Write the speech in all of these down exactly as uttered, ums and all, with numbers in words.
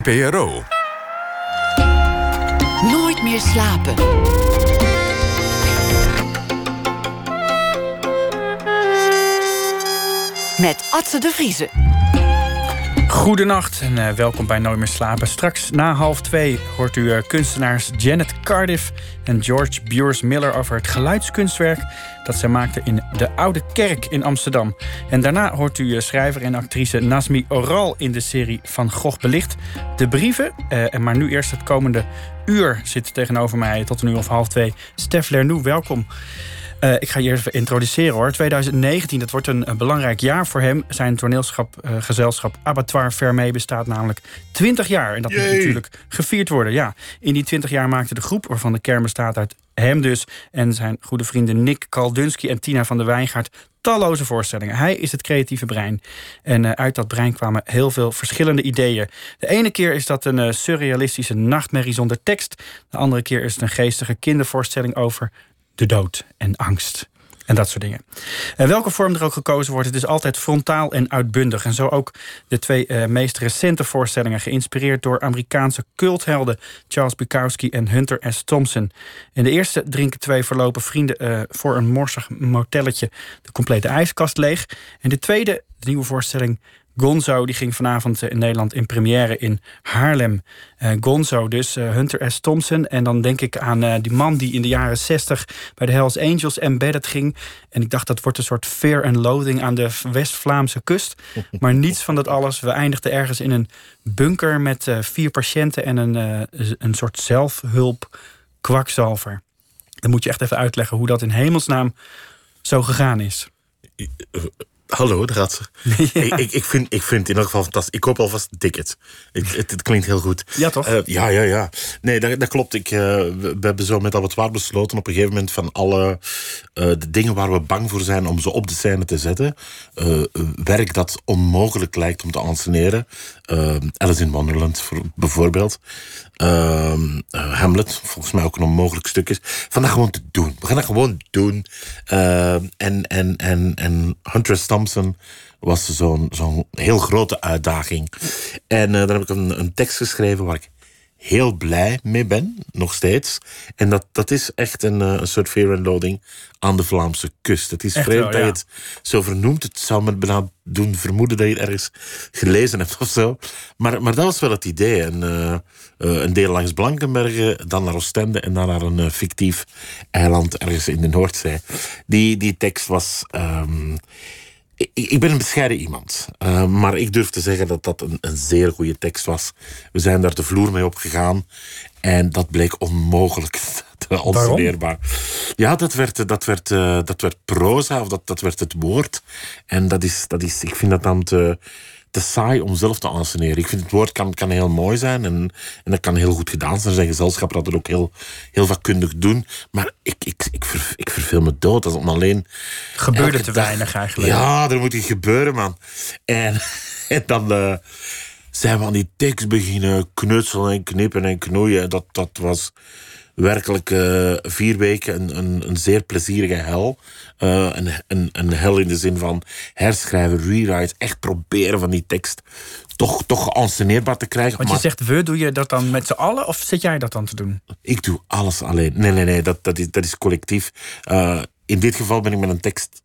R O. Nooit meer slapen. Met Atze de Vrieze. Goedenacht en uh, welkom bij Nooit meer slapen. Straks na half twee hoort u uh, kunstenaars Janet Cardiff en George Bures Miller over het geluidskunstwerk dat zij maakten in de Oude Kerk in Amsterdam. En daarna hoort u uh, schrijver en actrice Nazmi Oral in de serie Van Gogh Belicht. De brieven, uh, en maar nu eerst het komende uur zit tegenover mij tot een uur of half twee. Stef Lernoux, welkom. Uh, ik ga je even introduceren hoor. twintig negentien, dat wordt een, een belangrijk jaar voor hem. Zijn toneelgezelschap uh, Abattoir Vermeer bestaat namelijk twintig jaar. En dat Yay. moet natuurlijk gevierd worden. Ja, in die twintig jaar maakte de groep, waarvan de kern bestaat uit hem dus en zijn goede vrienden Nick Kaldunski en Tina van der Wijngaard, talloze voorstellingen. Hij is het creatieve brein. En uh, uit dat brein kwamen heel veel verschillende ideeën. De ene keer is dat een uh, surrealistische nachtmerrie zonder tekst. De andere keer is het een geestige kindervoorstelling over de dood en angst. En dat soort dingen. En welke vorm er ook gekozen wordt, het is altijd frontaal en uitbundig. En zo ook de twee uh, meest recente voorstellingen, geïnspireerd door Amerikaanse culthelden Charles Bukowski en Hunter S. Thompson. In de eerste drinken twee verlopen vrienden uh, voor een morsig motelletje de complete ijskast leeg. En de tweede, de nieuwe voorstelling Gonzo, die ging vanavond in Nederland in première in Haarlem. Uh, Gonzo dus, uh, Hunter S. Thompson. En dan denk ik aan uh, die man die in de jaren zestig bij de Hells Angels embedded ging. En ik dacht, dat wordt een soort Fear and Loathing aan de West-Vlaamse kust. Maar niets van dat alles. We eindigden ergens in een bunker met uh, vier patiënten en een, uh, een soort zelfhulp kwakzalver. Dan moet je echt even uitleggen hoe dat in hemelsnaam zo gegaan is. Hallo, daar gaat ze. Ja. Ik, ik, ik, vind, ik vind het in elk geval fantastisch. Ik koop alvast een ticket. Het, het, het klinkt heel goed. Ja, toch? Uh, ja, ja, ja. Nee, dat, dat klopt. Ik, uh, we, we hebben zo met Abattoir besloten op een gegeven moment van alle uh, de dingen waar we bang voor zijn om ze op de scène te zetten. Uh, werk dat onmogelijk lijkt om te anseneren. Uh, Alice in Wonderland voor, bijvoorbeeld. Uh, uh, Hamlet, volgens mij ook een onmogelijk stuk is. Van dat gewoon te doen. We gaan dat gewoon doen. Uh, en, en, en, en Hunter S. Thompson was zo'n, zo'n heel grote uitdaging. En uh, dan heb ik een, een tekst geschreven waar ik heel blij mee ben, nog steeds. En dat, dat is echt een, een soort fear and loathing aan de Vlaamse kust. Het is echt vreemd wel, ja. dat je het zo vernoemt. Het zou me bijna doen vermoeden dat je het ergens gelezen hebt of zo. Maar, maar dat was wel het idee. En, uh, uh, een deel langs Blankenberge, dan naar Oostende en dan naar een uh, fictief eiland ergens in de Noordzee. Die, die tekst was... Um, Ik, ik ben een bescheiden iemand, uh, maar ik durf te zeggen dat dat een, een zeer goede tekst was. We zijn daar de vloer mee opgegaan en dat bleek onmogelijk te anseneerbaar. Ja, dat werd, dat werd, uh, dat werd proza, of dat, dat werd het woord. En dat is, dat is, ik vind dat dan te, te saai om zelf te anseneren. Ik vind het woord kan, kan heel mooi zijn en, en dat kan heel goed gedaan zijn. Zijn gezelschap dat het ook heel, heel vakkundig doen. Maar ik, ik, ik, ver, ik verveel me dood. Dat is om alleen... Gebeurde te dag, weinig eigenlijk. Ja, er moet iets gebeuren, man. En, en dan uh, zijn we aan die tekst beginnen knutselen en knippen en knoeien. Dat, dat was werkelijk uh, vier weken een, een, een zeer plezierige hel. Uh, een, een, een hel in de zin van herschrijven, rewrite, echt proberen van die tekst toch, toch geanceneerbaar te krijgen. Want je maar, zegt we, doe je dat dan met z'n allen of zit jij dat dan te doen? Ik doe alles alleen. Nee, nee, nee, dat, dat, is, dat is collectief. Uh, in dit geval ben ik met een tekst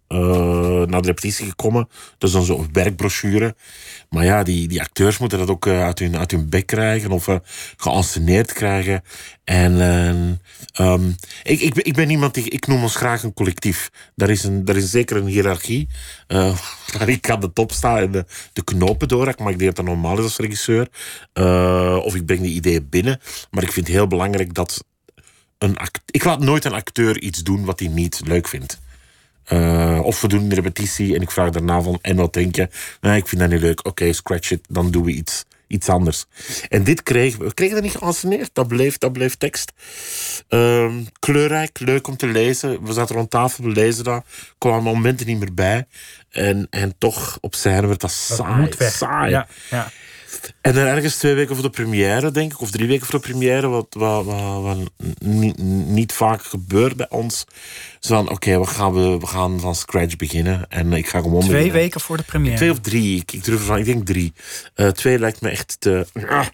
uh, naar de repetitie gekomen. Dat is dan zo'n werkbrochure. Maar ja, die, die acteurs moeten dat ook uh, uit, hun, uit hun bek krijgen of uh, geanceneerd krijgen. En uh, um, ik, ik, ik ben iemand die... Ik noem ons graag een collectief. Daar is, een, daar is zeker een hiërarchie. Uh, waar ik aan de top sta en de, de knopen doorhak. Maar ik denk dat dat normaal is als regisseur. Uh, of ik breng die ideeën binnen. Maar ik vind het heel belangrijk dat... Een act, ik laat nooit een acteur iets doen wat hij niet leuk vindt. Uh, of we doen een repetitie en ik vraag daarna van... En wat denk je? Nee, ik vind dat niet leuk. Oké, okay, scratch it. Dan doen we iets, iets anders. En dit kregen we... We kregen dat niet geanceneerd. Dat bleef, dat bleef tekst. Uh, kleurrijk, leuk om te lezen. We zaten rond tafel, we lezen dat. Kwamen momenten niet meer bij. En, en toch op scène werd dat saai. Dat moet weg. saai. Ja, ja. En dan ergens twee weken voor de première, denk ik, of drie weken voor de première, wat, wat, wat, wat niet, niet vaak gebeurt bij ons. Zo van, oké, okay, we, gaan, we, we gaan van scratch beginnen. En ik ga gewoon Twee beginnen. weken voor de première? Twee of drie, ik, ik durf ervan, ik denk drie. Uh, twee lijkt me echt te...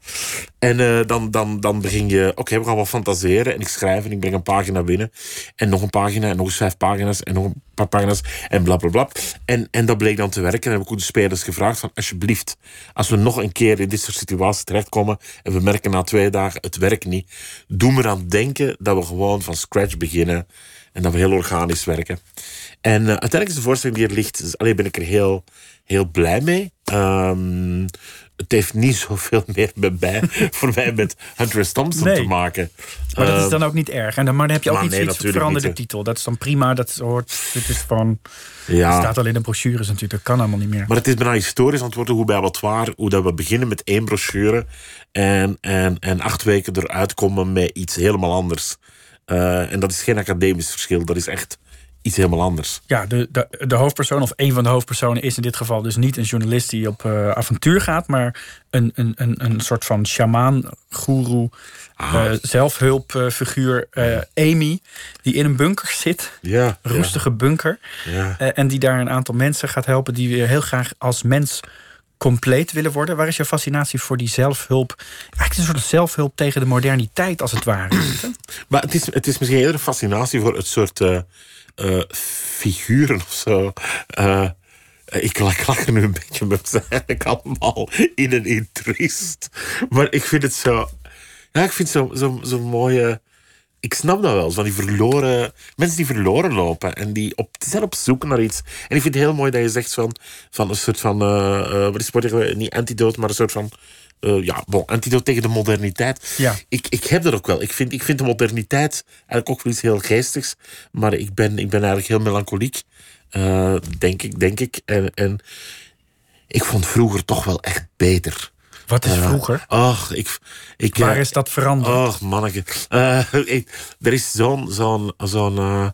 En uh, dan, dan, dan begin je, oké, okay, we gaan wel fantaseren. En ik schrijf en ik breng een pagina binnen. En nog een pagina, en nog eens vijf pagina's, en nog een paar pagina's, en blablabla. En, en dat bleek dan te werken. En dan heb ik ook de spelers gevraagd van, alsjeblieft, als we nog een keer in dit soort situaties terechtkomen en we merken na twee dagen, het werkt niet, doe me dan denken dat we gewoon van scratch beginnen en dat we heel organisch werken. En uh, uiteindelijk is de voorstelling die er ligt, dus alleen ben ik er heel, heel blij mee. Um, het heeft niet zoveel meer met bij, voor mij met Hunter S. Thompson nee. te maken. Maar dat is dan ook niet erg. En dan, maar dan heb je ook maar niet nee, zoiets van veranderde niet, titel. Dat is dan prima. Dat hoort. Dit is van. Ja. Het staat al in de brochures natuurlijk. Dat kan allemaal niet meer. Maar het is bijna historisch antwoorden hoe bij Abattoir, hoe dat we beginnen met één brochure en, en, en acht weken eruit komen met iets helemaal anders. Uh, en dat is geen academisch verschil. Dat is echt iets helemaal anders. Ja, de, de, de hoofdpersoon of een van de hoofdpersonen is in dit geval dus niet een journalist die op uh, avontuur gaat, maar een, een, een, een soort van sjamaan, goeroe, ah. uh, zelfhulpfiguur, uh, Amy, die in een bunker zit. Ja, een roestige ja. bunker. Ja. Uh, en die daar een aantal mensen gaat helpen die weer heel graag als mens compleet willen worden. Waar is jouw fascinatie voor die zelfhulp? Eigenlijk een soort zelfhulp tegen de moderniteit, als het ware. Maar het is, het is misschien eerder een fascinatie voor het soort Uh... Uh, figuren of zo. Uh, ik, ik lach er nu een beetje met ze eigenlijk allemaal in en in triest. Maar ik vind het zo. Ja, ik vind het zo, zo, zo mooie. Ik snap dat wel. Van die verloren. Mensen die verloren lopen. En die op, die zijn op zoek naar iets. En ik vind het heel mooi dat je zegt van. Van een soort van. Uh, uh, wat is het? Niet antidote, maar een soort van. Uh, ja, bon, antidote tegen de moderniteit. Ja. Ik, ik heb dat ook wel. Ik vind, ik vind de moderniteit eigenlijk ook wel iets heel geestigs. Maar ik ben, ik ben eigenlijk heel melancholiek. Uh, denk ik, denk ik. En, en ik vond vroeger toch wel echt beter. Wat is vroeger? Uh, och, ik, ik, Waar uh, is dat veranderd? Och, manneke. Uh, ik, er is zo'n... zo'n, zo'n uh,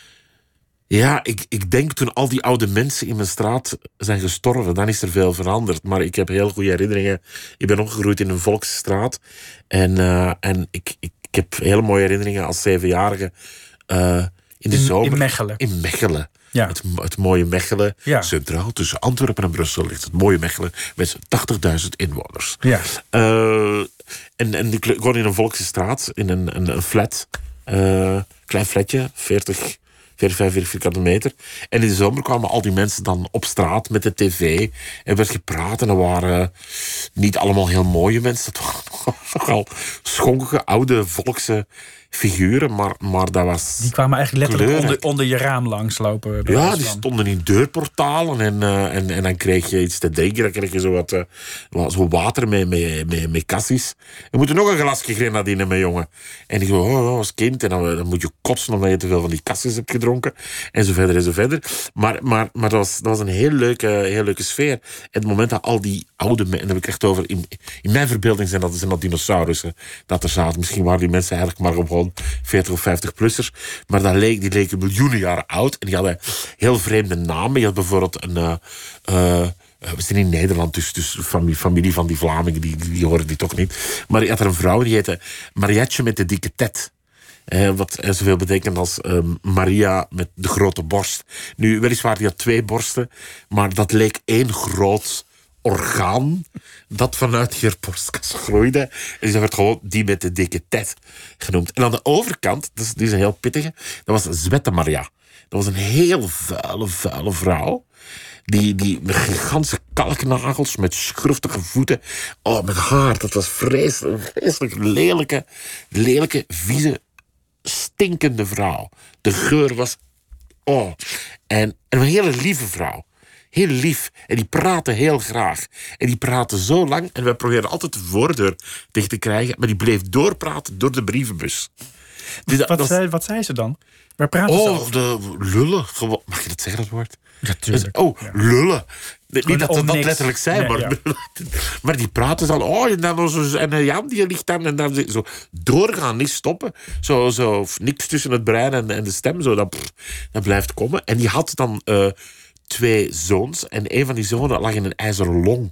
ja, ik, ik denk toen al die oude mensen in mijn straat zijn gestorven, dan is er veel veranderd. Maar ik heb heel goede herinneringen. Ik ben opgegroeid in een volksstraat. En, uh, en ik, ik, ik heb hele mooie herinneringen als zevenjarige uh, in de in, zomer. In Mechelen. In Mechelen. Ja. Het, het mooie Mechelen. Ja. Centraal tussen Antwerpen en Brussel ligt het mooie Mechelen met tachtigduizend inwoners. Ja. Uh, en, en ik woon in een volksstraat, in een, een, een flat. Uh, klein flatje, veertig... vijfenveertig vierkante meter. En in de zomer kwamen al die mensen dan op straat met de tv. En werd gepraat. En er waren niet allemaal heel mooie mensen. Het waren nogal schonkige, oude volkse figuren. Maar, maar dat was Die kwamen eigenlijk letterlijk onder, onder je raam langslopen. Ja, die stonden in deurportalen. En, uh, en, en dan kreeg je iets te drinken. Dan kreeg je zo wat, uh, zo water met, met, met, met cassis. Je moet er nog een glasje grenadine mee, jongen. En ik zo, oh, als kind. En dan, dan moet je kotsen omdat je te veel van die cassis hebt gedronken. En zo verder en zo verder. Maar, maar, maar dat, was, dat was een heel leuke, heel leuke sfeer. En het moment dat al die oude mensen... En daar heb ik echt over... In, in mijn verbeelding zijn dat, zijn dat dinosaurussen. Dat er zaten. Misschien waren die mensen eigenlijk maar op gewoon veertig of vijftig-plussers. Maar dat leek, die leken miljoenen jaren oud. En die hadden heel vreemde namen. Je had bijvoorbeeld een... Uh, uh, we zijn in Nederland, dus, dus familie, familie van die Vlamingen, die, die, die horen die toch niet. Maar je had er een vrouw, die heette Marietje met de dikke tet. Eh, wat zoveel betekent als uh, Maria met de grote borst. Nu, weliswaar, die had twee borsten, maar dat leek één groot orgaan dat vanuit je borstkas groeide. Dus dat werd gewoon die met de dikke tet genoemd. En aan de overkant, dat is, die is een heel pittige, dat was Zwette Maria. Dat was een heel vuile, vuile vrouw. Die, die met gigantische kalknagels, met schruftige voeten. Oh, met haar, dat was vreselijk, vreselijk lelijke, lelijke, vieze, stinkende vrouw. De geur was... Oh. En, en een hele lieve vrouw. Heel lief. En die praatte heel graag. En die praatte zo lang. En wij probeerden altijd de voordeur dicht te krijgen. Maar die bleef doorpraten door de brievenbus. Dus wat, dat, zei, wat zei ze dan? Waar praten ze over? Oh, de lullen. Mag je dat zeggen, dat woord? Ja, tuurlijk. Dus, oh, ja. lullen. Niet dat ze dat niks. letterlijk zei, nee, maar, ja. maar die praten dan. Oh, en dan zo, en Jan die ligt dan. En dan zo doorgaan, niet stoppen. Zo, zo niks tussen het brein en, en de stem. Zo, dat, pff, dat blijft komen. En die had dan uh, twee zoons. En een van die zonen lag in een ijzeren long.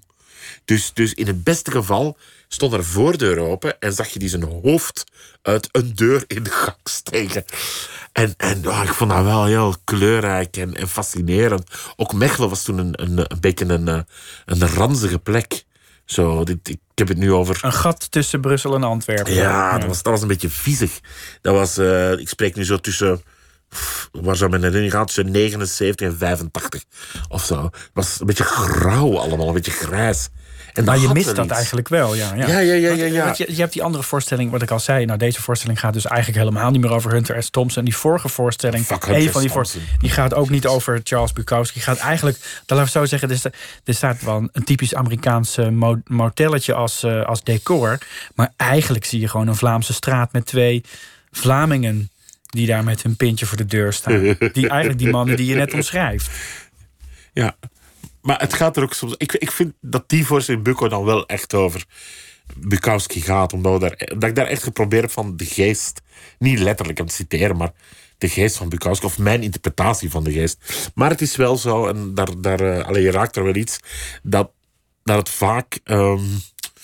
Dus, dus in het beste geval stond er een voordeur open en zag je die zijn hoofd uit een deur in de gang steken. En, en oh, ik vond dat wel heel kleurrijk en, en fascinerend. Ook Mechelen was toen een, een, een beetje een, een ranzige plek. Zo, dit, ik heb het nu over... Een gat tussen Brussel en Antwerpen. Ja, ja. Dat, was, dat was een beetje viezig. Dat was, uh, ik spreek nu zo tussen... Waar zou mijn herinnering gaan? Tussen negenenzeventig en vijfentachtig of zo. Het was een beetje grauw allemaal, een beetje grijs. En maar je had mist wel dat iets. eigenlijk wel, ja. Ja, Ja, ja, ja, Want- ja, ja. want je, je hebt die andere voorstelling, wat ik al zei. Nou, deze voorstelling gaat dus eigenlijk helemaal niet meer over Hunter S. Thompson. Die vorige voorstelling, Fuck Hunter een van die S. voorstellingen, Thompson. die gaat ook niet over Charles Bukowski. Die gaat eigenlijk, dan laat ik zo zeggen, er, sta, er staat wel een typisch Amerikaans uh, mo- motelletje als, uh, als decor. Maar eigenlijk zie je gewoon een Vlaamse straat met twee Vlamingen die daar met hun pintje voor de deur staan. Die eigenlijk die mannen die je net omschrijft. Ja, maar het gaat er ook soms... Ik, ik vind dat die voorstelling Bukko dan wel echt over Bukowski gaat. Omdat we daar, dat ik daar echt geprobeerd heb van de geest... Niet letterlijk aan het citeren, maar de geest van Bukowski. Of mijn interpretatie van de geest. Maar het is wel zo, en daar, daar, uh, allee, je raakt er wel iets... Dat, dat het vaak um,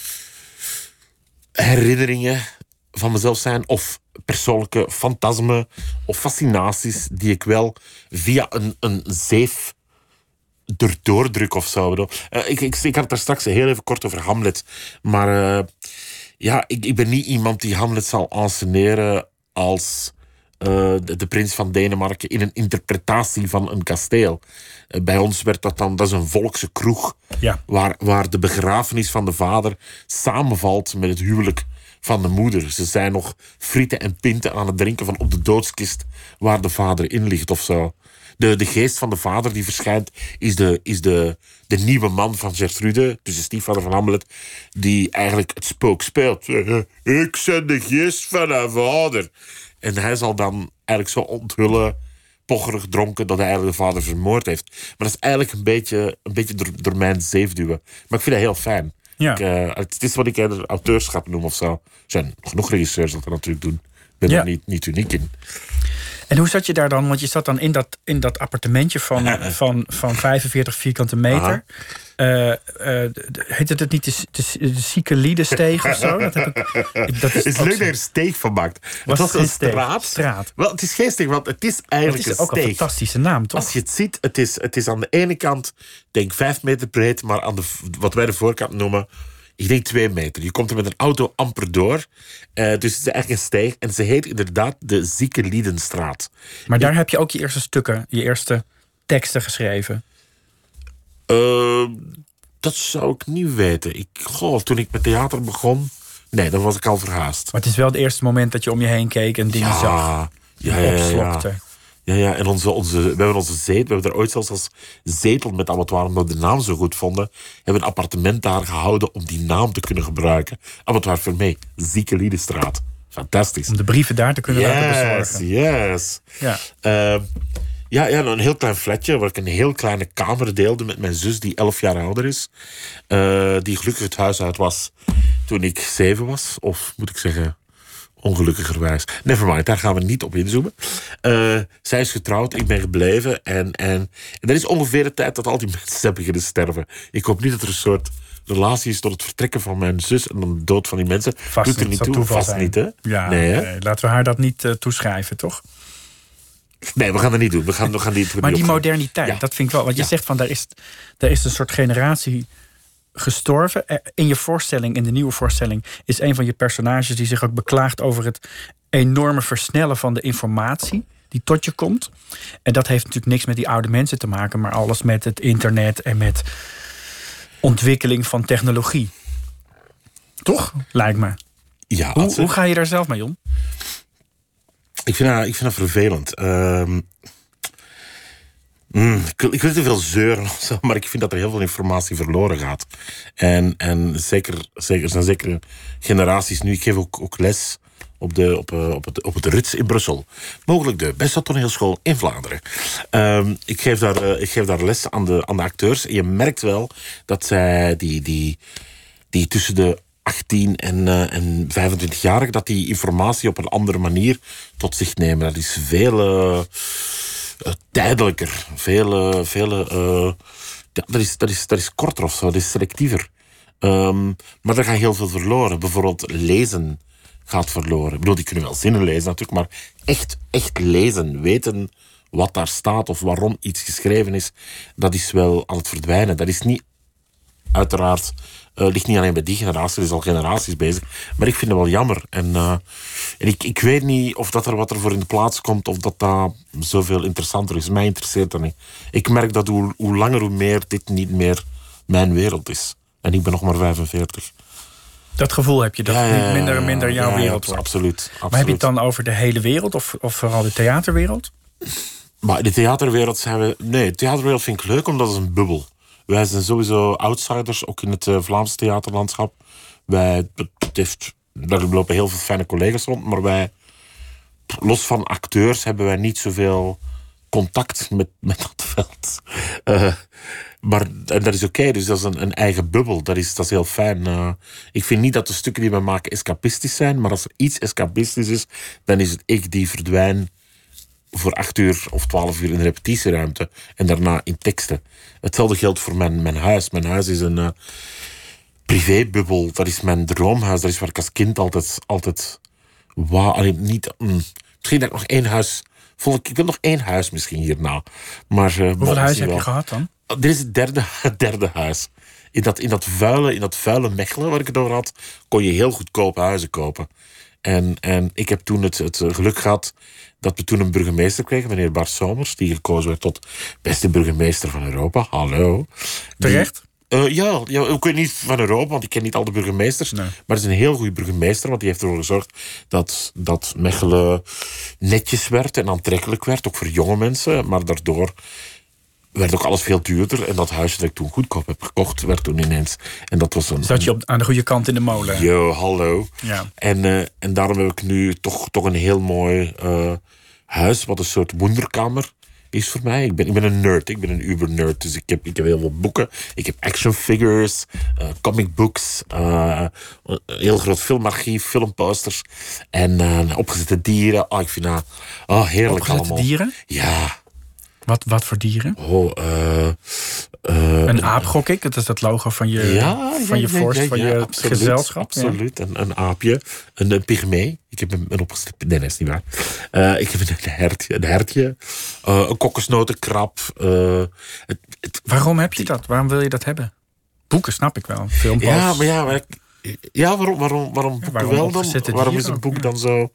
herinneringen van mezelf zijn... Of persoonlijke fantasmen of fascinaties... die ik wel via een, een zeef... erdoor druk of zo. Uh, ik, ik, ik had het daar straks heel even kort over Hamlet. Maar uh, ja, ik, ik ben niet iemand die Hamlet zal enceneren als uh, de, de prins van Denemarken in een interpretatie van een kasteel. Uh, bij ons werd dat dan, dat is een volkse kroeg, Ja. waar, waar de begrafenis van de vader samenvalt met het huwelijk van de moeder. Ze zijn nog frieten en pinten aan het drinken van op de doodskist waar de vader in ligt of zo. De, de geest van de vader die verschijnt is de, is de, de nieuwe man van Gertrude, dus de stiefvader van Hamlet, die eigenlijk het spook speelt. Ik ben de geest van haar vader. En hij zal dan eigenlijk zo onthullen, pocherig dronken, dat hij eigenlijk de vader vermoord heeft. Maar dat is eigenlijk een beetje, een beetje door, door mijn zeef duwen. Maar ik vind dat heel fijn. Ja. Ik, uh, het is wat ik eerder auteurschap noem of zo. Er zijn genoeg regisseurs dat dat natuurlijk doen. Ik ben Ja. er niet, niet uniek in. En hoe zat je daar dan? Want je zat dan in dat, in dat appartementje van, van, van vijfenveertig vierkante meter. Uh, uh, heet het niet de, de, de zieke Liedensteeg of zo? Dat heb ik, dat Het is ook leuk zo. dat je er steeg van maakt. Het Was was geen een steeg, straat. straat. Wel, het is geen steeg, want het is Het eigenlijk is een ook een steeg. fantastische naam, toch? Als je het ziet, het is, het is aan de ene kant, denk vijf meter breed, maar aan de, wat wij de voorkant noemen, ik denk twee meter. Je komt er met een auto amper door. Uh, dus het is eigenlijk een steeg. En ze heet inderdaad de Zieke Liedenstraat. Maar daar heb je ook je eerste stukken, je eerste teksten geschreven. Uh, dat zou ik niet weten. Ik, goh, toen ik met theater begon, nee, dan was ik al verhaast. Maar het is wel het eerste moment dat je om je heen keek en dingen Ja, zag. ja, ja, ja. Opslokte. Ja, ja, en onze, onze, we hebben onze zetel, we hebben er ooit zelfs als zetel met abattoir, omdat we de naam zo goed vonden, hebben een appartement daar gehouden om die naam te kunnen gebruiken. Abattoir Vermeer, Zieke Liedenstraat. Fantastisch. Om de brieven daar te kunnen laten Yes, bezorgen. yes. Ja. Uh, ja, ja, een heel klein flatje waar ik een heel kleine kamer deelde met mijn zus die elf jaar ouder is. Uh, die gelukkig het huis uit was toen ik zeven was. Of moet ik zeggen, ongelukkigerwijs. Nevermind, daar gaan we niet op inzoomen. Uh, zij is getrouwd, ik ben gebleven. En, en, en dat is ongeveer de tijd dat al die mensen zijn beginnen sterven. Ik hoop niet dat er een soort relatie is tot het vertrekken van mijn zus en dan de dood van die mensen. Vast Doet er niet, niet zou toe, toeval vast zijn. niet, hè? Ja, nee, hè? nee, laten we haar dat niet uh, toeschrijven, toch? Nee, we gaan dat niet doen. We gaan, we gaan die, Maar die opgaan. moderniteit, Ja. dat vind ik wel. Want je Ja. zegt van, daar is, daar is een soort generatie gestorven. In je voorstelling, in de nieuwe voorstelling, is een van je personages die zich ook beklaagt over het enorme versnellen van de informatie die tot je komt. En dat heeft natuurlijk niks met die oude mensen te maken, maar alles met het internet en met ontwikkeling van technologie. Toch? Lijkt me. Ja, Hoe, Adse. hoe ga je daar zelf mee om? Ik vind dat, ik vind dat vervelend. Um, mm, ik, wil, ik wil niet te veel zeuren of zo, maar ik vind dat er heel veel informatie verloren gaat. En, en zeker, zeker, er zijn zeker generaties nu. Ik geef ook, ook les op, de, op, uh, op, het, op het Ruts in Brussel. Mogelijk de beste toneelschool in Vlaanderen. Um, ik, geef daar, uh, ik geef daar les aan de, aan de acteurs. En je merkt wel dat zij die, die, die tussen de achttien en, uh, en vijfentwintig-jarigen, dat die informatie op een andere manier tot zich nemen. Dat is veel uh, uh, tijdelijker. Veel, uh, veel uh, ja, dat, is, dat, is, dat is korter of zo. Dat is selectiever. Um, maar er gaat heel veel verloren. Bijvoorbeeld lezen gaat verloren. Ik bedoel, die kunnen wel zinnen lezen natuurlijk, maar echt, echt lezen, weten wat daar staat of waarom iets geschreven is, dat is wel aan het verdwijnen. Dat is niet, uiteraard, uh, ligt niet alleen bij die generatie, er is al generaties bezig, maar ik vind het wel jammer. En, uh, en ik, ik weet niet of dat er wat er voor in de plaats komt, of dat dat zoveel interessanter is. Mij interesseert dat niet. Ik merk dat hoe, hoe langer, hoe meer dit niet meer mijn wereld is. En ik ben nog maar vijfenveertig. Dat gevoel heb je, dat ja, ja, het minder en minder jouw ja, wereld ja, wordt. Absoluut, absoluut. Maar heb je het dan over de hele wereld of, of vooral de theaterwereld? Maar de theaterwereld zijn we... Nee, de theaterwereld vind ik leuk, omdat het een bubbel. Wij zijn sowieso outsiders, ook in het uh, Vlaamse theaterlandschap. Wij, het heeft, daar lopen heel veel fijne collega's rond, maar wij, los van acteurs, hebben wij niet zoveel contact met, met dat veld. Uh, maar en dat is oké, okay, dus dat is een, een eigen bubbel. Dat is, dat is heel fijn. Uh, ik vind niet dat de stukken die we maken escapistisch zijn, maar als er iets escapistisch is, dan is het ik die verdwijn voor acht uur of twaalf uur in de repetitieruimte en daarna in teksten. Hetzelfde geldt voor mijn, mijn huis. Mijn huis is een uh, privébubbel. Dat is mijn droomhuis. Dat is waar ik als kind altijd... altijd wauw, alleen niet... Mm, misschien dat ik nog één huis... Vond ik, ik wil nog één huis misschien hierna. Maar, uh, Hoeveel huis heb wel. je gehad dan? Dit is het derde, het derde huis. In dat, in, dat vuile, in dat vuile Mechelen waar ik het over had, kon je heel goedkope huizen kopen. En, en ik heb toen het, het geluk gehad dat we toen een burgemeester kregen, meneer Bart Somers, die gekozen werd tot beste burgemeester van Europa. Hallo. Terecht? Die, uh, ja, ja, ik weet niet van Europa, want ik ken niet al de burgemeesters. Nee. Maar het is een heel goede burgemeester, want die heeft ervoor gezorgd dat, dat Mechelen netjes werd en aantrekkelijk werd, ook voor jonge mensen. Maar daardoor werd ook alles veel duurder. En dat huisje dat ik toen goedkoop heb gekocht, werd toen ineens... En dat was een, Zat je op, aan de goede kant in de molen? Yo, hallo. Ja. En, uh, en daarom heb ik nu toch, toch een heel mooi uh, huis, wat een soort wonderkamer is voor mij. Ik ben, ik ben een nerd, ik ben een uber-nerd. Dus ik heb, ik heb heel veel boeken. Ik heb action figures, uh, comic books, uh, een heel groot filmarchief, filmposters en uh, opgezette dieren. Oh, ik vind dat oh, heerlijk opgezette allemaal. dieren? Ja. Wat, wat voor dieren? Oh, uh, uh, een aap, gok ik. Dat is dat logo van je, ja, van je ja, vorst, ja, ja, van ja, je absoluut, gezelschap. Absoluut, ja. een, een aapje. Een, een pygmee. Ik heb een, een opgezet... Nee, dat is niet waar. Uh, ik heb een hertje. Een, hertje, uh, een kokosnotenkrab. Uh, het, het, Waarom heb je dat? Waarom wil je dat hebben? Boeken snap ik wel. Filmpjes. Ja, maar ja, maar ik, ja waarom, waarom, waarom boeken ja, waarom wel dan? Waarom is een boek ja. dan zo...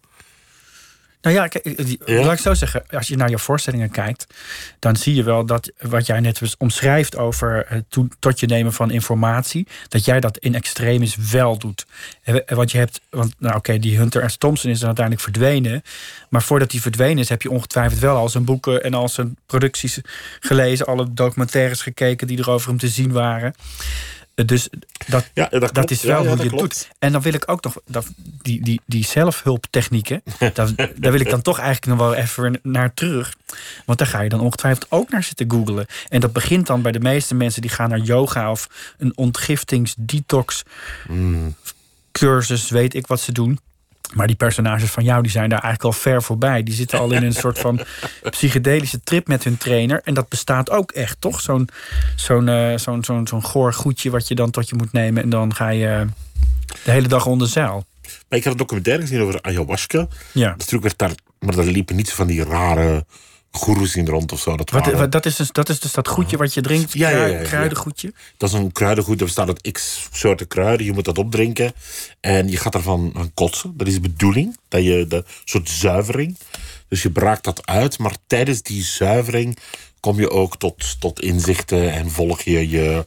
Nou ja, kijk, ja, laat ik zo zeggen. Als je naar je voorstellingen kijkt, dan zie je wel dat wat jij net omschrijft over het to, tot je nemen van informatie, dat jij dat in extremis wel doet. Want je hebt, want nou oké, okay, die Hunter S. Thompson is dan uiteindelijk verdwenen, maar voordat hij verdwenen is, heb je ongetwijfeld wel al zijn boeken en al zijn producties gelezen, alle documentaires gekeken die er over hem te zien waren. Dus dat, ja, dat, dat is wel ja, ja, hoe je het doet. En dan wil ik ook nog... Dat, die, die, die zelfhulptechnieken... dat, daar wil ik dan toch eigenlijk nog wel even naar terug. Want daar ga je dan ongetwijfeld ook naar zitten googlen. En dat begint dan bij de meeste mensen... die gaan naar yoga of een ontgiftings-detox... Mm. cursus, weet ik wat ze doen. Maar die personages van jou, die zijn daar eigenlijk al ver voorbij. Die zitten al in een soort van psychedelische trip met hun trainer. En dat bestaat ook echt, toch? Zo'n zo'n uh, zo'n zo'n zo'n goor goedje wat je dan tot je moet nemen. En dan ga je de hele dag onder zeil. Maar ik had een documentaire gezien over ayahuasca. Ja. Natuurlijk werd daar... Maar daar liepen niet zo van die rare goeroes in rond of zo. Dat, wat, waren... wat, dat, is dus, dat is dus dat goedje wat je drinkt, ja, ja, ja, ja, kruidengoedje? Dat is een kruidengoed, er bestaat uit x soorten kruiden. Je moet dat opdrinken en je gaat ervan aan kotsen. Dat is de bedoeling, dat je de soort zuivering. Dus je braakt dat uit, maar tijdens die zuivering kom je ook tot, tot inzichten en volg je je...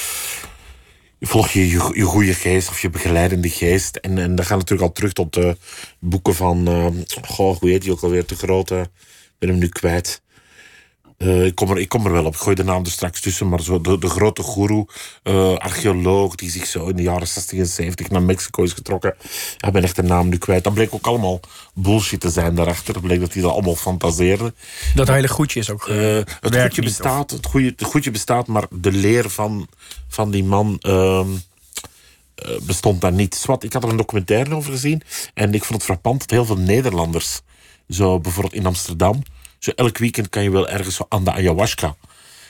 Volg je, je je goede geest of je begeleidende geest. En, en dat gaat natuurlijk al terug tot de boeken van... Uh, goh, hoe heet die ook alweer? De grote... Ik ben hem nu kwijt. Uh, ik, kom er, ik kom er wel op. Ik gooi de naam er straks tussen. Maar zo de, de grote goeroe, uh, archeoloog... die zich zo in de jaren zestig en zeventig naar Mexico is getrokken. Ja, ik ben echt de naam nu kwijt. Dat bleek ook allemaal bullshit te zijn daarachter. Dat bleek dat hij dat allemaal fantaseerde. Dat hele goedje is ook... Uh, het, goedje niet, bestaat, het, goeie, het goedje bestaat, maar de leer van, van die man... Uh, uh, bestond daar niet. Zwat, ik had er een documentaire over gezien. En ik vond het frappant dat heel veel Nederlanders... zo bijvoorbeeld in Amsterdam... zo elk weekend kan je wel ergens zo aan de ayahuasca.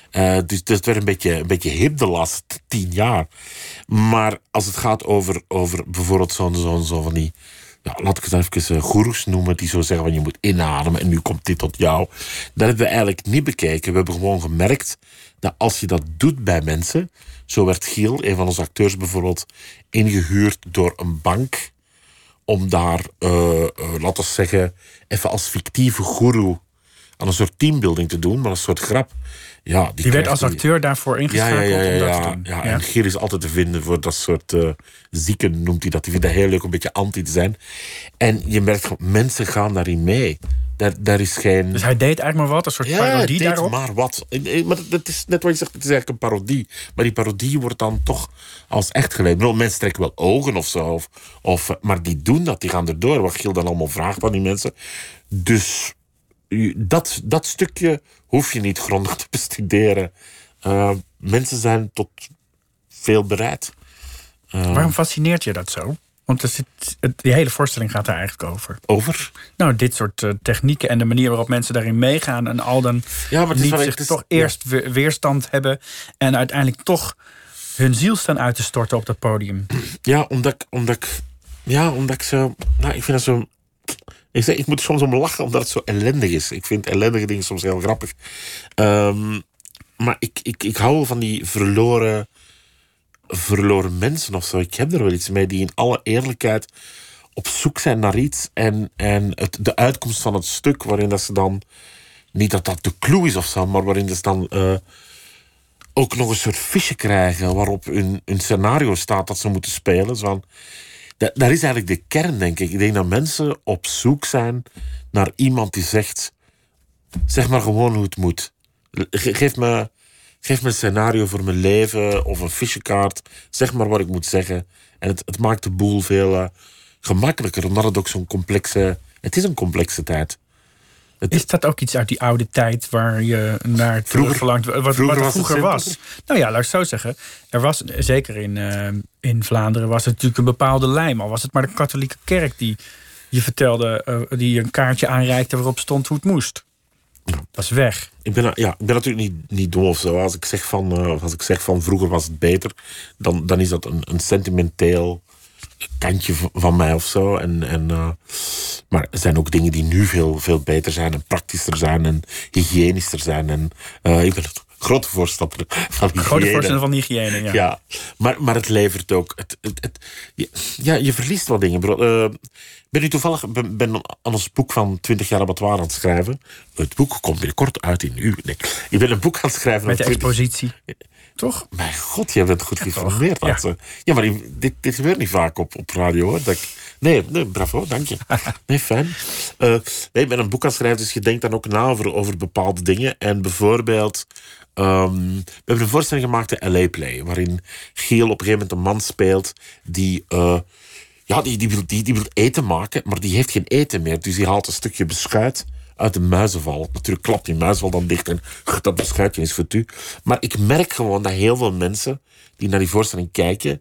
Uh, dus het werd een beetje, een beetje hip de laatste tien jaar. Maar als het gaat over, over bijvoorbeeld zo'n zo, zo van die... Ja, laat ik het even uh, goeroes noemen, die zo zeggen van je moet inademen en nu komt dit tot jou. Dat hebben we eigenlijk niet bekeken. We hebben gewoon gemerkt dat als je dat doet bij mensen... Zo werd Giel, een van onze acteurs bijvoorbeeld, ingehuurd door een bank... om daar, uh, uh, laten we zeggen, even als fictieve goeroe... aan een soort teambuilding te doen, maar een soort grap. Ja, die die werd als acteur die... daarvoor ingeschakeld ja, ja, ja, ja, om dat ja, te doen. Ja, ja. En Giel is altijd te vinden voor dat soort uh, zieken, noemt hij dat. Die vindt dat heel leuk om een beetje anti te zijn. En je merkt gewoon, mensen gaan daarin mee. Daar, daar is geen... Dus hij deed eigenlijk maar wat, een soort ja, parodie deed daarop? maar wat. Maar dat is net wat je zegt, het is eigenlijk een parodie. Maar die parodie wordt dan toch als echt geleid. Bedoel, mensen trekken wel ogen of zo. Of, of, maar die doen dat, die gaan erdoor. Wat Giel dan allemaal vraagt aan die mensen. Dus dat, dat stukje hoef je niet grondig te bestuderen. Uh, mensen zijn tot veel bereid. Uh, Waarom fascineert je dat zo? Want er zit, het, die hele voorstelling gaat daar eigenlijk over. Over? Nou, dit soort uh, technieken en de manier waarop mensen daarin meegaan... en al dan ja, maar het is niet wel, zich het is, toch eerst ja. weerstand hebben... en uiteindelijk toch hun ziel staan uit te storten op dat podium. Ja, omdat ik... Omdat ik ja, omdat ik zo... Nou, ik vind dat zo... Ik, zeg, ik moet soms om lachen omdat het zo ellendig is. Ik vind ellendige dingen soms heel grappig. Um, maar ik, ik, ik hou wel van die verloren... verloren mensen of zo. Ik heb er wel iets mee die in alle eerlijkheid op zoek zijn naar iets. En, en het, de uitkomst van het stuk waarin dat ze dan... Niet dat dat de clue is of zo, maar waarin ze dan uh, ook nog een soort fiche krijgen waarop hun, hun scenario staat dat ze moeten spelen. Zo van, dat, dat is eigenlijk de kern, denk ik. Ik denk dat mensen op zoek zijn naar iemand die zegt... Zeg maar gewoon hoe het moet. Ge, geef me... Geef me een scenario voor mijn leven of een fichekaart. Zeg maar wat ik moet zeggen. En het, het maakt de boel veel uh, gemakkelijker, omdat het ook zo'n complexe... Het is een complexe tijd. Het is dat ook iets uit die oude tijd waar je naar terug verlangt? Wat vroeger, wat er vroeger was, was? Nou ja, laat ik zo zeggen. Er was, zeker in, uh, in Vlaanderen, was het natuurlijk een bepaalde lijm. Al was het maar de katholieke kerk die je vertelde... Uh, die een kaartje aanreikte waarop stond hoe het moest. Dat is weg. Ik ben, ja, ik ben natuurlijk niet, niet dom of zo. Als ik zeg van, uh, als ik zeg van vroeger was het beter, dan, dan is dat een, een sentimenteel kantje van mij of zo. En, en, uh, maar er zijn ook dingen die nu veel, veel beter zijn en praktischer zijn en hygiënischer zijn. En, uh, ik ben een grote voorstander van hygiëne. Grote voorstander van hygiëne, ja. ja maar, maar het levert ook... Het, het, het, ja, je verliest wat dingen. Bro. Uh, ben u toevallig ben, ben aan ons boek van twintig jaar abattoir aan het schrijven. Het boek komt binnenkort uit in u. Nee, ik ben een boek aan het schrijven. Met de expositie. Toch? Mijn god, jij bent goed geïnformeerd. Ja, ja. ja maar dit, dit gebeurt niet vaak op, op radio, hoor. Dat ik, nee, nee, bravo, dank je. Nee, fijn. Uh, nee, ik ben een boek aan het schrijven, dus je denkt dan ook na over, over bepaalde dingen. En bijvoorbeeld... Um, we hebben een voorstelling gemaakt, de L A Play, waarin Giel op een gegeven moment een man speelt die... Uh, Ja, die, die, wil, die, die wil eten maken, maar die heeft geen eten meer. Dus die haalt een stukje beschuit uit de muizenval. Natuurlijk klapt die muizenval dan dicht en dat beschuitje is voor u. Maar ik merk gewoon dat heel veel mensen die naar die voorstelling kijken,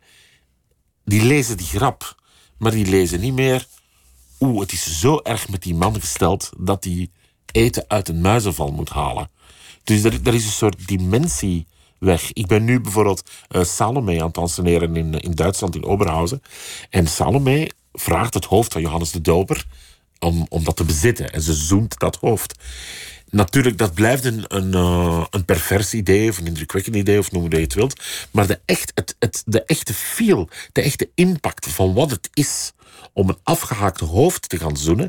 die lezen die grap. Maar die lezen niet meer... Oeh, het is zo erg met die man gesteld dat hij eten uit een muizenval moet halen. Dus er, er is een soort dimensie... weg. Ik ben nu bijvoorbeeld uh, Salome aan het anseneren in, in Duitsland, in Oberhausen. En Salome vraagt het hoofd van Johannes de Doper om, om dat te bezitten. En ze zoent dat hoofd. Natuurlijk, dat blijft een, een, uh, een pervers idee of een indrukwekkend idee, of noem hoe je het wilt. Maar de, echt, het, het, de echte feel, de echte impact van wat het is om een afgehaakte hoofd te gaan zoenen,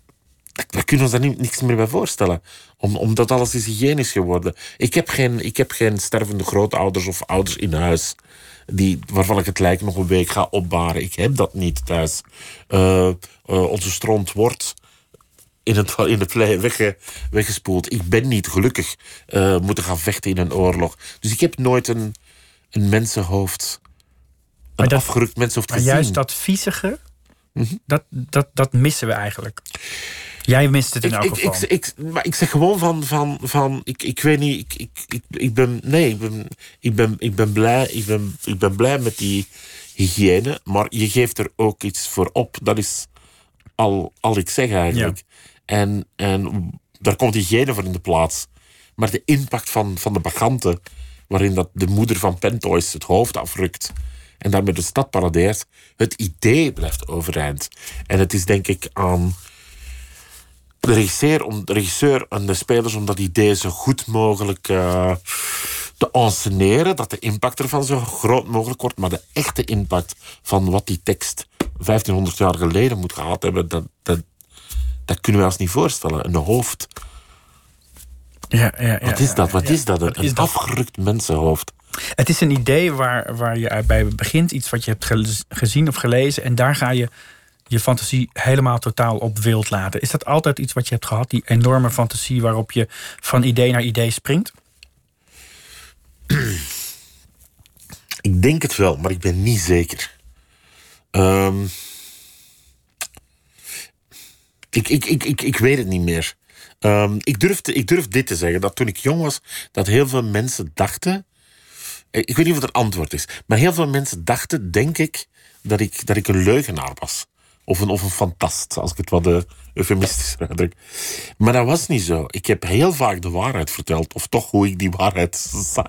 daar kunnen we ons daar niks meer bij voorstellen. Om, omdat alles is hygiënisch geworden. Ik heb geen, ik heb geen stervende grootouders of ouders in huis die, waarvan ik het lijk nog een week ga opbaren. Ik heb dat niet thuis. Uh, uh, onze stront wordt in het, in het vlei wegge, weggespoeld. Ik ben niet gelukkig uh, moeten gaan vechten in een oorlog. Dus ik heb nooit een, een mensenhoofd, een dat, afgerukt mensenhoofd gezien. Maar juist dat viezige, mm-hmm. dat, dat, dat missen we eigenlijk. Jij mist het in elk geval. Ik, ik, ik, maar ik zeg gewoon van... van, van ik, ik weet niet... Ik, ik, ik, ik ben... Nee, ik ben, ik ben, ik ben blij... Ik ben, ik ben blij met die hygiëne. Maar je geeft er ook iets voor op. Dat is al, al ik zeg eigenlijk. Ja. En, en daar komt hygiëne voor in de plaats. Maar de impact van, van de Bacchanten, waarin dat de moeder van Pentheus het hoofd afrukt en daarmee de stad paradeert, het idee blijft overeind. En het is denk ik aan de regisseur, om, de regisseur en de spelers om dat idee zo goed mogelijk uh, te enceneren, dat de impact ervan zo groot mogelijk wordt, maar de echte impact van wat die tekst vijftienhonderd jaar geleden moet gehad hebben, dat, dat, dat kunnen we ons niet voorstellen. Een hoofd. Ja, ja, ja, wat is dat? Wat ja, is dat? Een, wat is een dat? afgerukt mensenhoofd. Het is een idee waar, waar je bij begint, iets wat je hebt ge- gezien of gelezen, en daar ga je je fantasie helemaal totaal op wild laten. Is dat altijd iets wat je hebt gehad, die enorme fantasie waarop je van idee naar idee springt? Ik denk het wel, maar ik ben niet zeker. Um, ik, ik, ik, ik, ik weet het niet meer. Um, ik, durf te, ik durf dit te zeggen, dat toen ik jong was, dat heel veel mensen dachten, ik weet niet of het een antwoord is, maar heel veel mensen dachten, denk ik, dat ik, dat ik een leugenaar was. Of een, of een fantast, als ik het wat uh, eufemistisch uitdruk. Maar dat was niet zo. Ik heb heel vaak de waarheid verteld, of toch hoe ik die waarheid zag.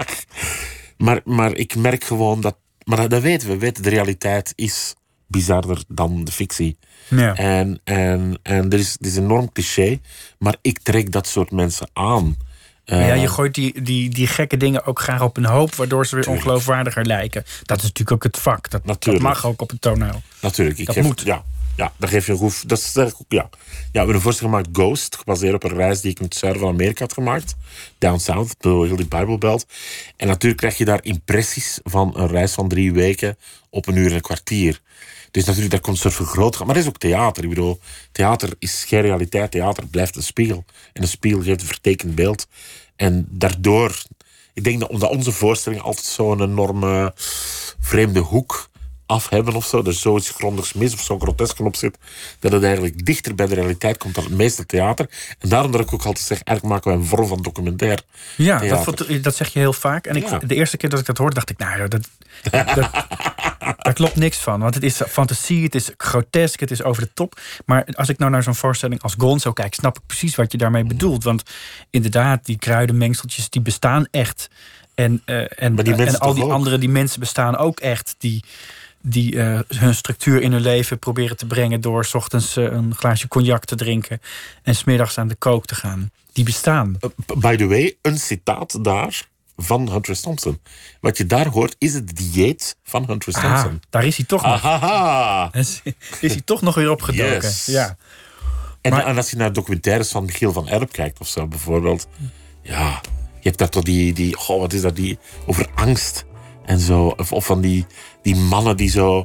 Maar, maar ik merk gewoon dat, maar dat, dat weten we, we weten, de realiteit is bizarder dan de fictie. Ja. En, en, en er is, er is een enorm cliché, maar ik trek dat soort mensen aan. Uh, ja, je gooit die, die, die gekke dingen ook graag op een hoop, waardoor ze weer tuurlijk. ongeloofwaardiger lijken. Dat is natuurlijk ook het vak. Dat, dat mag ook op het toneel. Natuurlijk. Ik dat geef, moet. Ja, ja, daar geef je een goed. Dat is ja. Ja, we hebben een voorstel gemaakt, Ghost, gebaseerd op een reis die ik in het zuiden van Amerika had gemaakt. Down South, door heel die Bible Belt. En natuurlijk krijg je daar impressies van een reis van drie weken op een uur en een kwartier. Dus natuurlijk, daar komt een soort vergrootgang. Maar dat is ook theater. Ik bedoel, theater is geen realiteit. Theater blijft een spiegel. En een spiegel geeft een vertekend beeld. En daardoor, ik denk dat omdat onze voorstellingen altijd zo'n enorme vreemde hoek af hebben of zo, er zoiets grondigs mis of zo'n grotesken op zit, dat het eigenlijk dichter bij de realiteit komt dan het meeste theater. En daarom dat ik ook altijd zeg, eigenlijk maken wij een vorm van documentair Ja, theater. dat, dat zeg je heel vaak. En ik, Ja. de eerste keer dat ik dat hoorde, dacht ik, nou, dat, dat, daar klopt niks van. Want het is fantasie, het is grotesk, het is over de top. Maar als ik nou naar zo'n voorstelling als Gonzo kijk, snap ik precies wat je daarmee bedoelt. Want inderdaad, die kruidenmengseltjes, die bestaan echt. En, uh, en, Maar die mensen en al die toch ook? andere die mensen bestaan ook echt. Die, die uh, hun structuur in hun leven proberen te brengen door 's ochtends uh, een glaasje cognac te drinken en 's middags aan de kook te gaan. Die bestaan. Uh, by the way, een citaat daar van Hunter S. Thompson. Wat je daar hoort, is het dieet van Hunter S. Thompson. Ah, daar is hij toch nog. Ahaha. Is, is hij toch nog weer opgedoken. Yes. Ja. En, Maar- en als je naar documentaires van Michiel van Erp kijkt of zo, bijvoorbeeld. Ja, je hebt daar toch die, die goh, wat is dat, die over angst en zo. Of, of van die, die mannen die zo,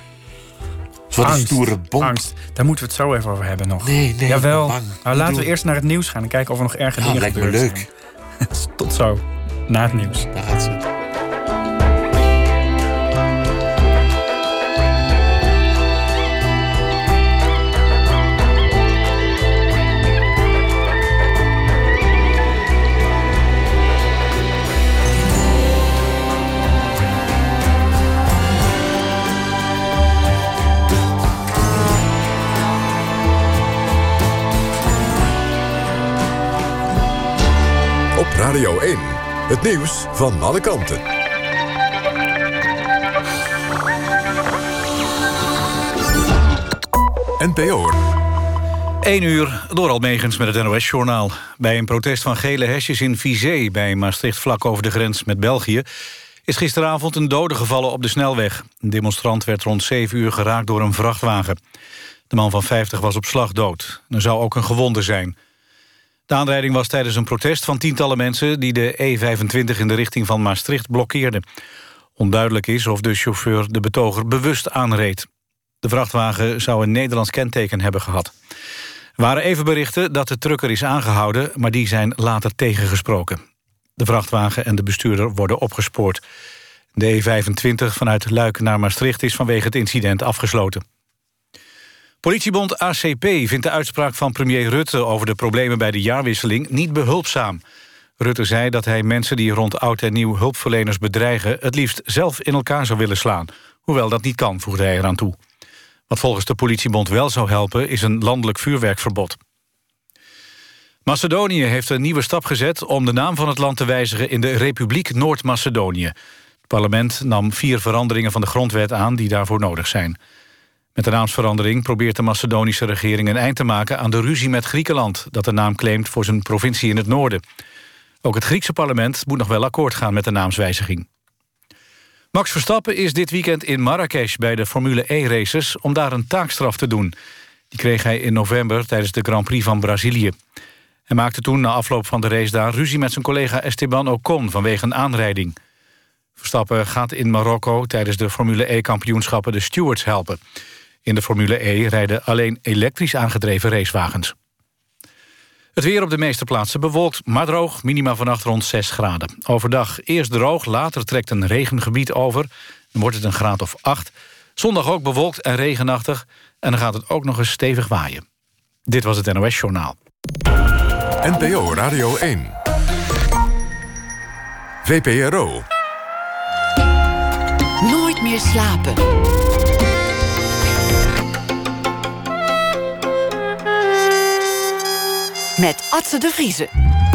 zo die Angst, stoere bonk. angst. Daar moeten we het zo even over hebben nog. Nee, nee, Jawel. bang. Nou, Niet laten we doen. eerst naar het nieuws gaan en kijken of er nog erge Ja, dingen lijkt me gebeurd leuk. zijn. Tot zo. Na het nieuws. Daar gaat ze. Op Radio één, het nieuws van alle kanten. N P O. één uur door Almegens met het N O S-journaal. Bij een protest van gele hesjes in Vizé, bij Maastricht vlak over de grens met België, is gisteravond een dode gevallen op de snelweg. Een demonstrant werd rond zeven uur geraakt door een vrachtwagen. De man van vijftig was op slag dood. Er zou ook een gewonde zijn. De aanrijding was tijdens een protest van tientallen mensen die de E vijfentwintig in de richting van Maastricht blokkeerden. Onduidelijk is of de chauffeur de betoger bewust aanreed. De vrachtwagen zou een Nederlands kenteken hebben gehad. Er waren even berichten dat de trucker is aangehouden, maar die zijn later tegengesproken. De vrachtwagen en de bestuurder worden opgespoord. De E vijfentwintig vanuit Luik naar Maastricht is vanwege het incident afgesloten. Politiebond A C P vindt de uitspraak van premier Rutte over de problemen bij de jaarwisseling niet behulpzaam. Rutte zei dat hij mensen die rond oud en nieuw hulpverleners bedreigen het liefst zelf in elkaar zou willen slaan. Hoewel dat niet kan, voegde hij eraan toe. Wat volgens de politiebond wel zou helpen is een landelijk vuurwerkverbod. Macedonië heeft een nieuwe stap gezet om de naam van het land te wijzigen in de Republiek Noord-Macedonië. Het parlement nam vier veranderingen van de grondwet aan die daarvoor nodig zijn. Met de naamsverandering probeert de Macedonische regering een eind te maken aan de ruzie met Griekenland, dat de naam claimt voor zijn provincie in het noorden. Ook het Griekse parlement moet nog wel akkoord gaan met de naamswijziging. Max Verstappen is dit weekend in Marrakesh bij de Formule E-races om daar een taakstraf te doen. Die kreeg hij in november tijdens de Grand Prix van Brazilië. Hij maakte toen na afloop van de race daar ruzie met zijn collega Esteban Ocon vanwege een aanrijding. Verstappen gaat in Marokko tijdens de Formule E-kampioenschappen de stewards helpen. In de Formule E rijden alleen elektrisch aangedreven racewagens. Het weer op de meeste plaatsen bewolkt, maar droog. Minima vannacht rond zes graden. Overdag eerst droog, later trekt een regengebied over. Dan wordt het een graad of acht. Zondag ook bewolkt en regenachtig. En dan gaat het ook nog eens stevig waaien. Dit was het N O S Journaal. N P O Radio één. V P R O. Nooit meer slapen. Met Atze de Vrieze.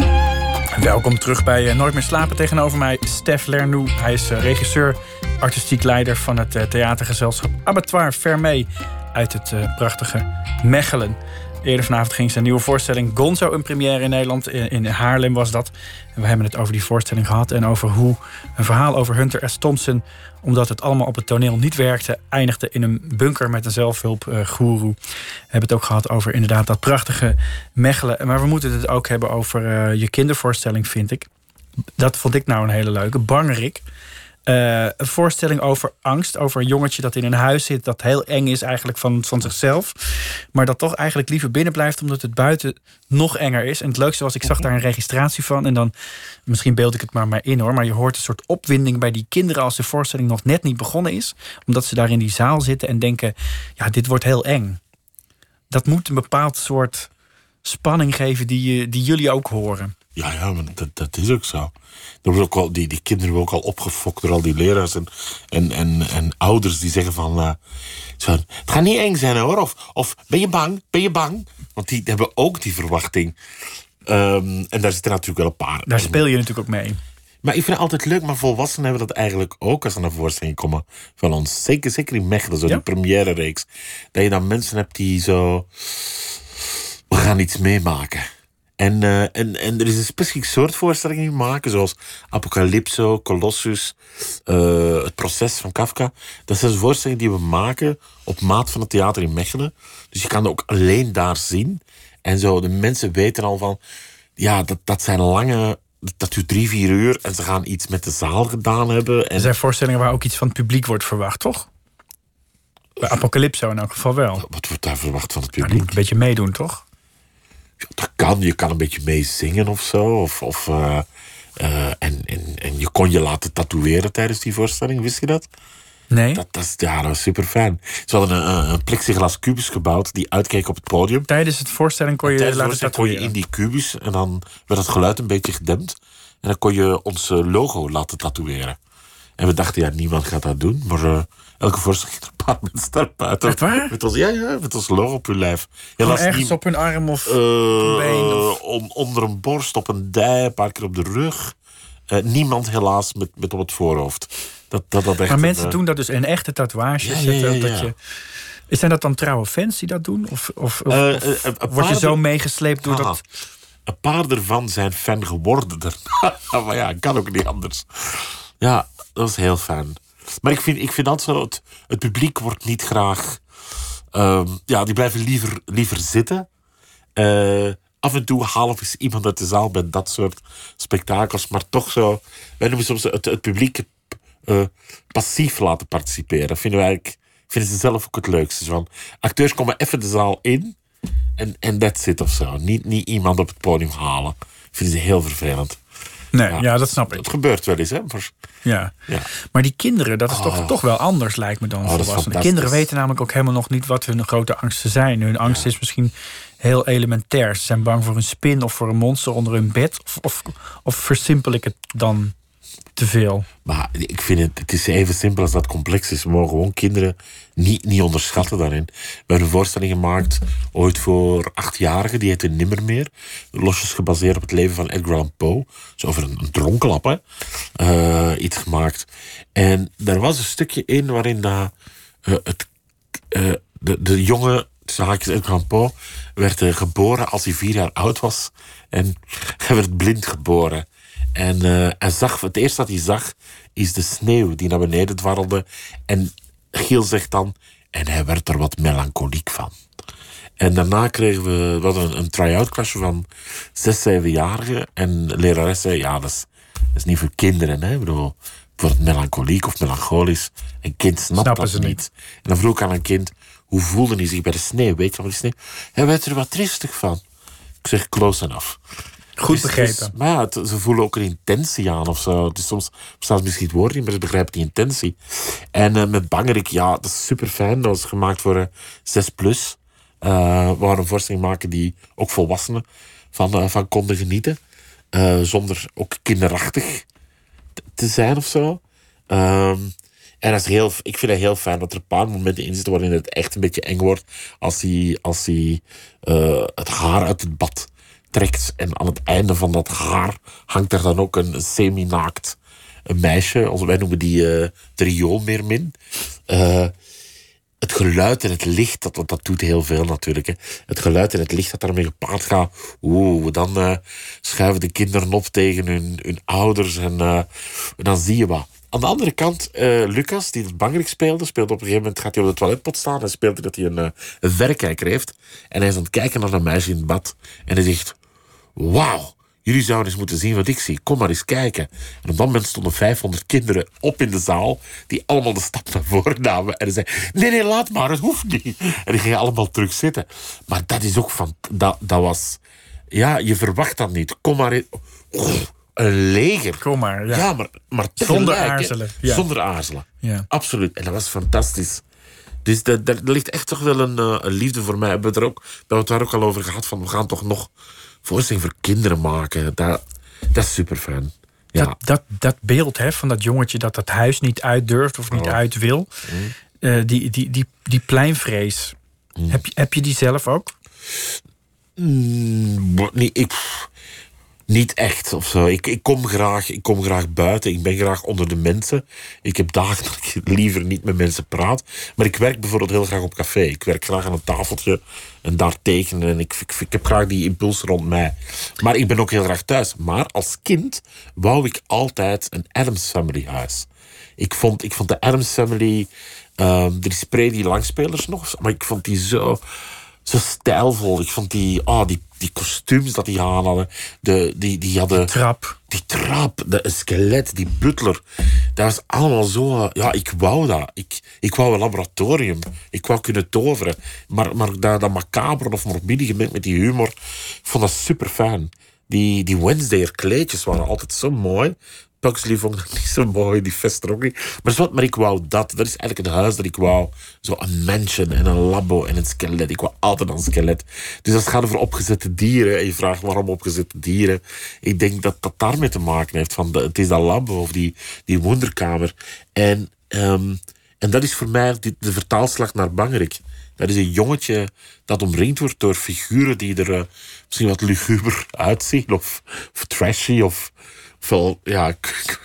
Welkom terug bij Nooit meer slapen. Tegenover mij Stef Lernoux. Hij is regisseur, artistiek leider van het theatergezelschap Abattoir Vermeer uit het uh, prachtige Mechelen. Eerder vanavond ging zijn nieuwe voorstelling Gonzo in première in Nederland. In, in Haarlem was dat. En we hebben het over die voorstelling gehad en over hoe een verhaal over Hunter S. Thompson, omdat het allemaal op het toneel niet werkte, eindigde in een bunker met een zelfhulpgoeroe. We hebben het ook gehad over inderdaad dat prachtige Mechelen. Maar we moeten het ook hebben over uh, je kindervoorstelling, vind ik. Dat vond ik nou een hele leuke. Bangerik. Uh, een voorstelling over angst, over een jongetje dat in een huis zit, dat heel eng is eigenlijk van, van zichzelf, maar dat toch eigenlijk liever binnen blijft omdat het buiten nog enger is. En het leukste was, ik zag daar een registratie van en dan, misschien beeld ik het maar maar in hoor, maar je hoort een soort opwinding bij die kinderen als de voorstelling nog net niet begonnen is, omdat ze daar in die zaal zitten en denken, ja, dit wordt heel eng. Dat moet een bepaald soort spanning geven die, die jullie ook horen. Ja, ja, maar dat, dat is ook zo. Er wordt ook al, die, die kinderen worden ook al opgefokt door al die leraars en, en, en, en ouders die zeggen van, Uh, zo, het gaat niet eng zijn hoor, of, of ben je bang, ben je bang? Want die hebben ook die verwachting. Um, en daar zitten natuurlijk wel een paar. Daar speel je natuurlijk ook mee. Maar ik vind het altijd leuk, maar volwassenen hebben dat eigenlijk ook als er naar voorstellingen komen van ons. Zeker, zeker in Mechelen, zo ja? Die première reeks. Dat je dan mensen hebt die zo, we gaan iets meemaken. En, uh, en, en er is een specifiek soort voorstellingen die we maken, zoals Apocalypso, Colossus, uh, Het Proces van Kafka. Dat zijn voorstellingen die we maken op maat van het theater in Mechelen. Dus je kan het ook alleen daar zien. En zo, de mensen weten al van, ja, dat, dat zijn lange, dat duurt drie, vier uur en ze gaan iets met de zaal gedaan hebben. En er zijn voorstellingen waar ook iets van het publiek wordt verwacht, toch? Bij Apocalypso in elk geval wel. Wat wordt daar verwacht van het publiek? Nou, die moet een beetje meedoen, toch? Ja, dat kan. Je kan een beetje mee zingen of zo. Of, of, uh, uh, en, en, en je kon je laten tatoeëren tijdens die voorstelling. Wist je dat? Nee. Dat, dat, ja, dat was super fijn. Ze hadden een, een plexiglas kubus gebouwd die uitkeek op het podium. Tijdens het voorstelling kon je tijdens laten voorstelling tatoeëren. kon je in die kubus en dan werd het geluid een beetje gedempt. En dan kon je ons logo laten tatoeëren. En we dachten, ja, niemand gaat dat doen. Maar uh, elke voorstelling ging er een paar mensen daar buiten. Echt waar? Met ons, ja, ja, met ons logo op hun lijf. Gewoon ergens niet, op hun arm of uh, een been? Of... On, onder een borst, op een dij, een paar keer op de rug. Uh, niemand helaas met, met op het voorhoofd. Dat, dat, dat echt maar mensen een, doen dat dus in echte tatoeages. Ja, ja, ja, ja. Dat je, zijn dat dan trouwe fans die dat doen? Of, of, of, uh, of uh, uh, word je zo er... meegesleept door Aha. dat... Een paar ervan zijn fan geworden. Maar ja, kan ook niet anders. Ja, dat is heel fijn. Maar ik vind, ik vind altijd zo, het, het publiek wordt niet graag... Um, ja, die blijven liever, liever zitten. Uh, af en toe half is iemand uit de zaal bij dat soort spektakels. Maar toch zo... Wij noemen soms het, het publiek uh, passief laten participeren. Vinden wij eigenlijk, vinden ze zelf ook het leukste. Dus van, acteurs komen even de zaal in... En, en that's it of zo. Niet, niet iemand op het podium halen. Vinden ze heel vervelend. Nee, ja, ja dat snap ik. Het gebeurt wel eens, hè. Maar, ja. ja. maar die kinderen, dat is oh. toch, toch wel anders, lijkt me dan oh, volwassenen. Kinderen weten namelijk ook helemaal nog niet wat hun grote angsten zijn. Hun angst ja. is misschien heel elementair. Ze zijn bang voor een spin of voor een monster onder hun bed. Of, of, of versimpel ik het dan te veel. Maar ik vind het, het is even simpel als dat complex is. We mogen gewoon kinderen niet, niet onderschatten daarin. We hebben een voorstelling gemaakt, ooit voor achtjarigen, die heette Nimmermeer. Losjes gebaseerd op het leven van Edgar Allan Poe. Dus over een, een dronklap, hè. Uh, iets gemaakt. En daar was een stukje in waarin dat, uh, het, uh, de, de jonge, tussen haakjes Edgar Allan Poe, werd uh, geboren als hij vier jaar oud was. En hij werd blind geboren. En uh, hij zag, het eerste dat hij zag, is de sneeuw die naar beneden dwarrelde. En Giel zegt dan, en hij werd er wat melancholiek van. En daarna kregen we wat een, een try-out klasje van zes, zevenjarigen. En de lerares zei, ja, dat is, dat is niet voor kinderen. Hè? Ik bedoel, voor het melancholiek of melancholisch. Een kind snapt Snappen dat ze niet. niet. En dan vroeg ik aan een kind, hoe voelde hij zich bij de sneeuw? Weet je wat die sneeuw? Hij werd er wat tristig van. Ik zeg, close enough. Goed Dus- begrepen. dus- maar ja, het- ze voelen ook een intentie aan of zo. Dus soms bestaat misschien het woord niet, maar ze begrijpen die intentie. En uh, met Bangerik, ja, dat is super fijn. Dat was gemaakt voor uh, zes plus. Uh, we waren een voorstelling maken die ook volwassenen van, uh, van konden genieten. Uh, zonder ook kinderachtig t- te zijn of zo. Um, en dat is heel, ik vind het heel fijn dat er een paar momenten in zitten waarin het echt een beetje eng wordt. Als hij, als hij uh, het haar uit het bad trekt. En aan het einde van dat haar hangt er dan ook een semi-naakt een meisje. Onze, wij noemen die uh, de rioolmeermin. Uh, het geluid en het licht, dat, dat doet heel veel natuurlijk. Hè. Het geluid en het licht dat daarmee gepaard gaat. Oeh, dan uh, schuiven de kinderen op tegen hun, hun ouders. En, uh, en dan zie je wat. Aan de andere kant, uh, Lucas, die het Bangerik speelde, speelde op een gegeven moment, gaat hij op de toiletpot staan en speelt hij dat hij een, uh, een verrekijker heeft. En hij is aan het kijken naar een meisje in het bad. En hij zegt, wauw, jullie zouden eens moeten zien wat ik zie. Kom maar eens kijken. En op dat moment stonden vijfhonderd kinderen op in de zaal, die allemaal de stap naar voren namen. En hij zei, nee, nee, laat maar, het hoeft niet. En die gingen allemaal terug zitten. Maar dat is ook van, dat, dat was, ja, je verwacht dat niet. Kom maar in. Oh, een leger. Kom maar, ja. Ja, maar, maar Zonder tegelijk, hè. aarzelen, ja. Zonder aarzelen. Ja. Absoluut. En dat was fantastisch. Dus daar ligt echt toch wel een, uh, een liefde voor mij. We hebben het er ook, we hebben het daar ook al over gehad. Van, we gaan toch nog voorstelling voor kinderen maken. Dat, dat is super fijn. Ja. Dat, dat, dat beeld hè, van dat jongetje dat het huis niet uit durft of niet Oh. uit wil. Mm. Uh, die, die, die, die pleinvrees. Mm. Heb, je, heb je die zelf ook? Mm, nee, ik, pff, niet echt of zo. Ik, ik, kom graag, ik kom graag buiten. Ik ben graag onder de mensen. Ik heb dagen dat ik liever niet met mensen praat. Maar ik werk bijvoorbeeld heel graag op café. Ik werk graag aan een tafeltje en daar tekenen. En ik, ik, ik heb graag die impuls rond mij. Maar ik ben ook heel graag thuis. Maar als kind wou ik altijd een Addams Family huis. Ik vond, ik vond de Addams Family... Um, er is Brady langspelers nog, maar ik vond die zo... Zo stijlvol. Ik vond die, oh, die, die kostuums dat die aan hadden. De, die, die hadden... Die trap. Die trap, de skelet, die butler. Dat was allemaal zo... Ja, ik wou dat. Ik, ik wou een laboratorium. Ik wou kunnen toveren. Maar, maar dat, dat macabre of morbide gemengd met die humor... Ik vond dat super fijn. Die, die Wednesdayer kleedjes waren altijd zo mooi. Pugsley vond ik niet zo mooi, die Vester ook niet. Maar, wat, maar ik wou dat. Dat is eigenlijk het huis dat ik wou. Zo een mansion en een labo en een skelet. Ik wou altijd een skelet. Dus als het gaat over opgezette dieren... en je vraagt waarom opgezette dieren... ik denk dat dat daarmee te maken heeft. Van de, het is dat labo of die, die wonderkamer. En, um, en dat is voor mij de, de vertaalslag naar Bangerik. Dat is een jongetje dat omringd wordt door figuren... die er uh, misschien wat luguber uitzien. Of, of trashy of... Wel, ja,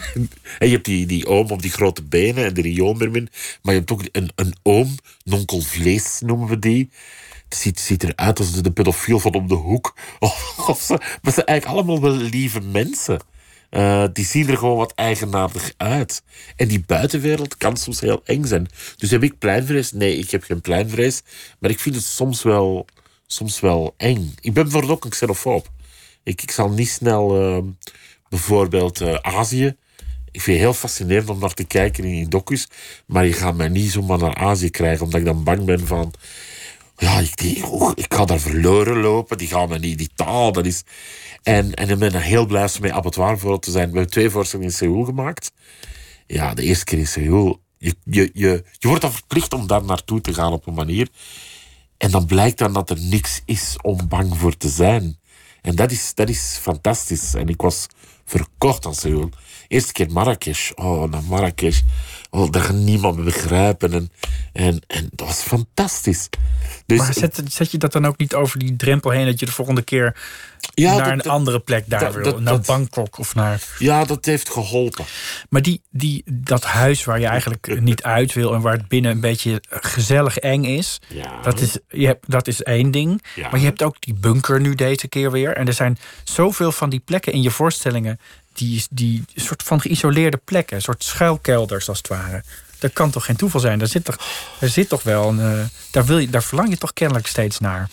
en je hebt die, die oom op die grote benen en de rioolmeermin. Maar je hebt ook een, een oom, nonkel Vlees noemen we die. Het ziet, ziet eruit als de, de pedofiel van op de hoek. Of, of zo. Maar ze zijn eigenlijk allemaal wel lieve mensen. Uh, die zien er gewoon wat eigenaardig uit. En die buitenwereld kan soms heel eng zijn. Dus heb ik pleinvrees? Nee, ik heb geen pleinvrees. Maar ik vind het soms wel, soms wel eng. Ik ben bijvoorbeeld ook een xenofoob. Ik, ik zal niet snel... Uh, Bijvoorbeeld uh, Azië. Ik vind het heel fascinerend om naar te kijken in die docus. Maar je gaat mij niet zomaar naar Azië krijgen. Omdat ik dan bang ben van... Ja, ik, die, oh, ik ga daar verloren lopen. Die gaan me niet... Die taal, dat is... En, en ik ben er heel blij mee abattoir bijvoorbeeld te zijn. We hebben twee voorstellingen in Seoul gemaakt. Ja, de eerste keer in Seoul. Je, je, je, je wordt dan verplicht om daar naartoe te gaan op een manier. En dan blijkt dan dat er niks is om bang voor te zijn. En dat is, dat is fantastisch. En ik was verkocht aan Seoul. Eerste keer Marrakesh. Oh, naar Marrakesh. Oh, daar gaat niemand me begrijpen. En, en, en dat was fantastisch. Dus, maar zet, zet je dat dan ook niet over die drempel heen... dat je de volgende keer ja, naar dat, een dat, andere plek daar dat, wil? Dat, naar dat, Bangkok of naar... Ja, dat heeft geholpen. Maar die, die, dat huis waar je eigenlijk niet uit wil... en waar het binnen een beetje gezellig eng is... Ja. Dat, is je hebt, dat is één ding. Ja. Maar je hebt ook die bunker nu deze keer weer. En er zijn zoveel van die plekken in je voorstellingen... die, die soort van geïsoleerde plekken. Een soort schuilkelders als het ware. Dat kan toch geen toeval zijn? Daar zit toch, daar zit toch wel een... Uh, daar, wil je, daar verlang je toch kennelijk steeds naar?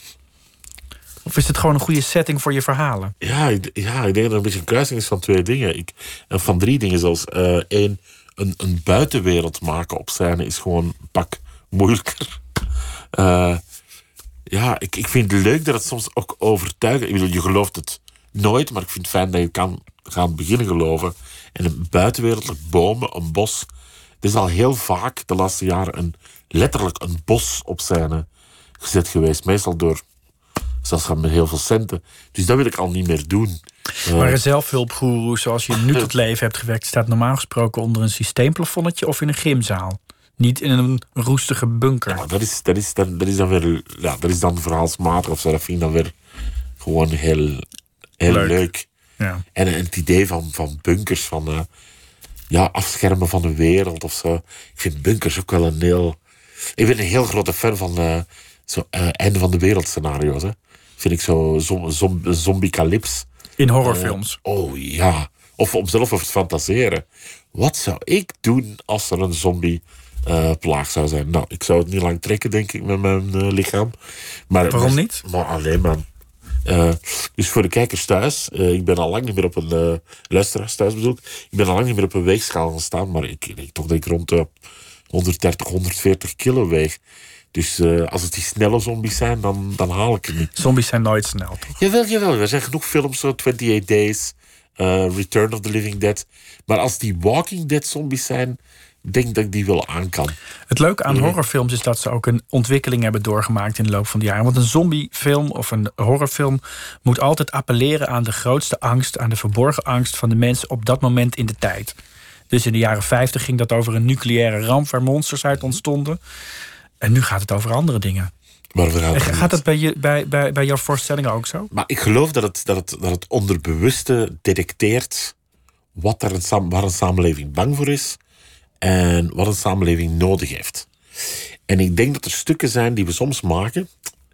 Of is het gewoon een goede setting voor je verhalen? Ja, ik, ja, ik denk dat er een beetje een kruising is van twee dingen. Ik, en van drie dingen zelfs. Uh, één, een, een buitenwereld maken op scène is gewoon een pak moeilijker. Uh, ja, ik, ik vind het leuk dat het soms ook overtuigt. Ik bedoel, je gelooft het nooit, maar ik vind het fijn dat je kan gaan beginnen geloven. En een buitenwereld, bomen, een bos... Er is al heel vaak de laatste jaren een, letterlijk een bos op scène gezet geweest. Meestal door, zelfs met heel veel centen. Dus dat wil ik al niet meer doen. Maar een zelfhulpgoeroe zoals je nu tot leven hebt gewerkt... staat normaal gesproken onder een systeemplafonnetje of in een gymzaal. Niet in een roestige bunker. Ja, dat, is, dat, is dan, dat is dan weer... Ja, dat is dan verhaalsmatig of zo. Dat vind ik dan weer gewoon heel, heel leuk. leuk. Ja. En, en het idee van, van bunkers, van... Uh, Ja, afschermen van de wereld of zo. Ik vind bunkers ook wel een heel... Ik ben een heel grote fan van uh, zo, uh, einde van de wereld scenario's. Hè. Vind ik zo zom, zom, zombie-calyps. In horrorfilms. Uh, oh ja. Of om zelf over te fantaseren. Wat zou ik doen als er een zombie-plaag uh, zou zijn? Nou, ik zou het niet lang trekken, denk ik, met mijn uh, lichaam. Maar, Waarom maar, niet? Maar alleen maar... Uh, dus voor de kijkers thuis, uh, ik ben al lang niet meer op een uh, luisteraars thuis bezoek. Ik ben al lang niet meer op een weegschaal gaan staan, maar ik denk toch dat ik rond de honderddertig, honderdveertig kilo weeg. Dus uh, als het die snelle zombies zijn, dan, dan haal ik het niet. Zombies zijn nooit snel, toch? Jawel, jawel. Er zijn genoeg films, zo twenty-eight Days, uh, Return of the Living Dead. Maar als die Walking Dead zombies zijn, denk dat ik die wel aan kan. Het leuke aan horrorfilms is dat ze ook een ontwikkeling hebben doorgemaakt in de loop van de jaren. Want een zombiefilm of een horrorfilm moet altijd appelleren aan de grootste angst, aan de verborgen angst van de mensen op dat moment in de tijd. Dus in de jaren vijftig ging dat over een nucleaire ramp waar monsters uit ontstonden. En nu gaat het over andere dingen. Maar we gaan en gaat dat bij, je, bij, bij, bij jouw voorstellingen ook zo? Maar ik geloof dat het, dat het, dat het onderbewuste detecteert wat er een, waar een samenleving bang voor is. En wat een samenleving nodig heeft. En ik denk dat er stukken zijn die we soms maken.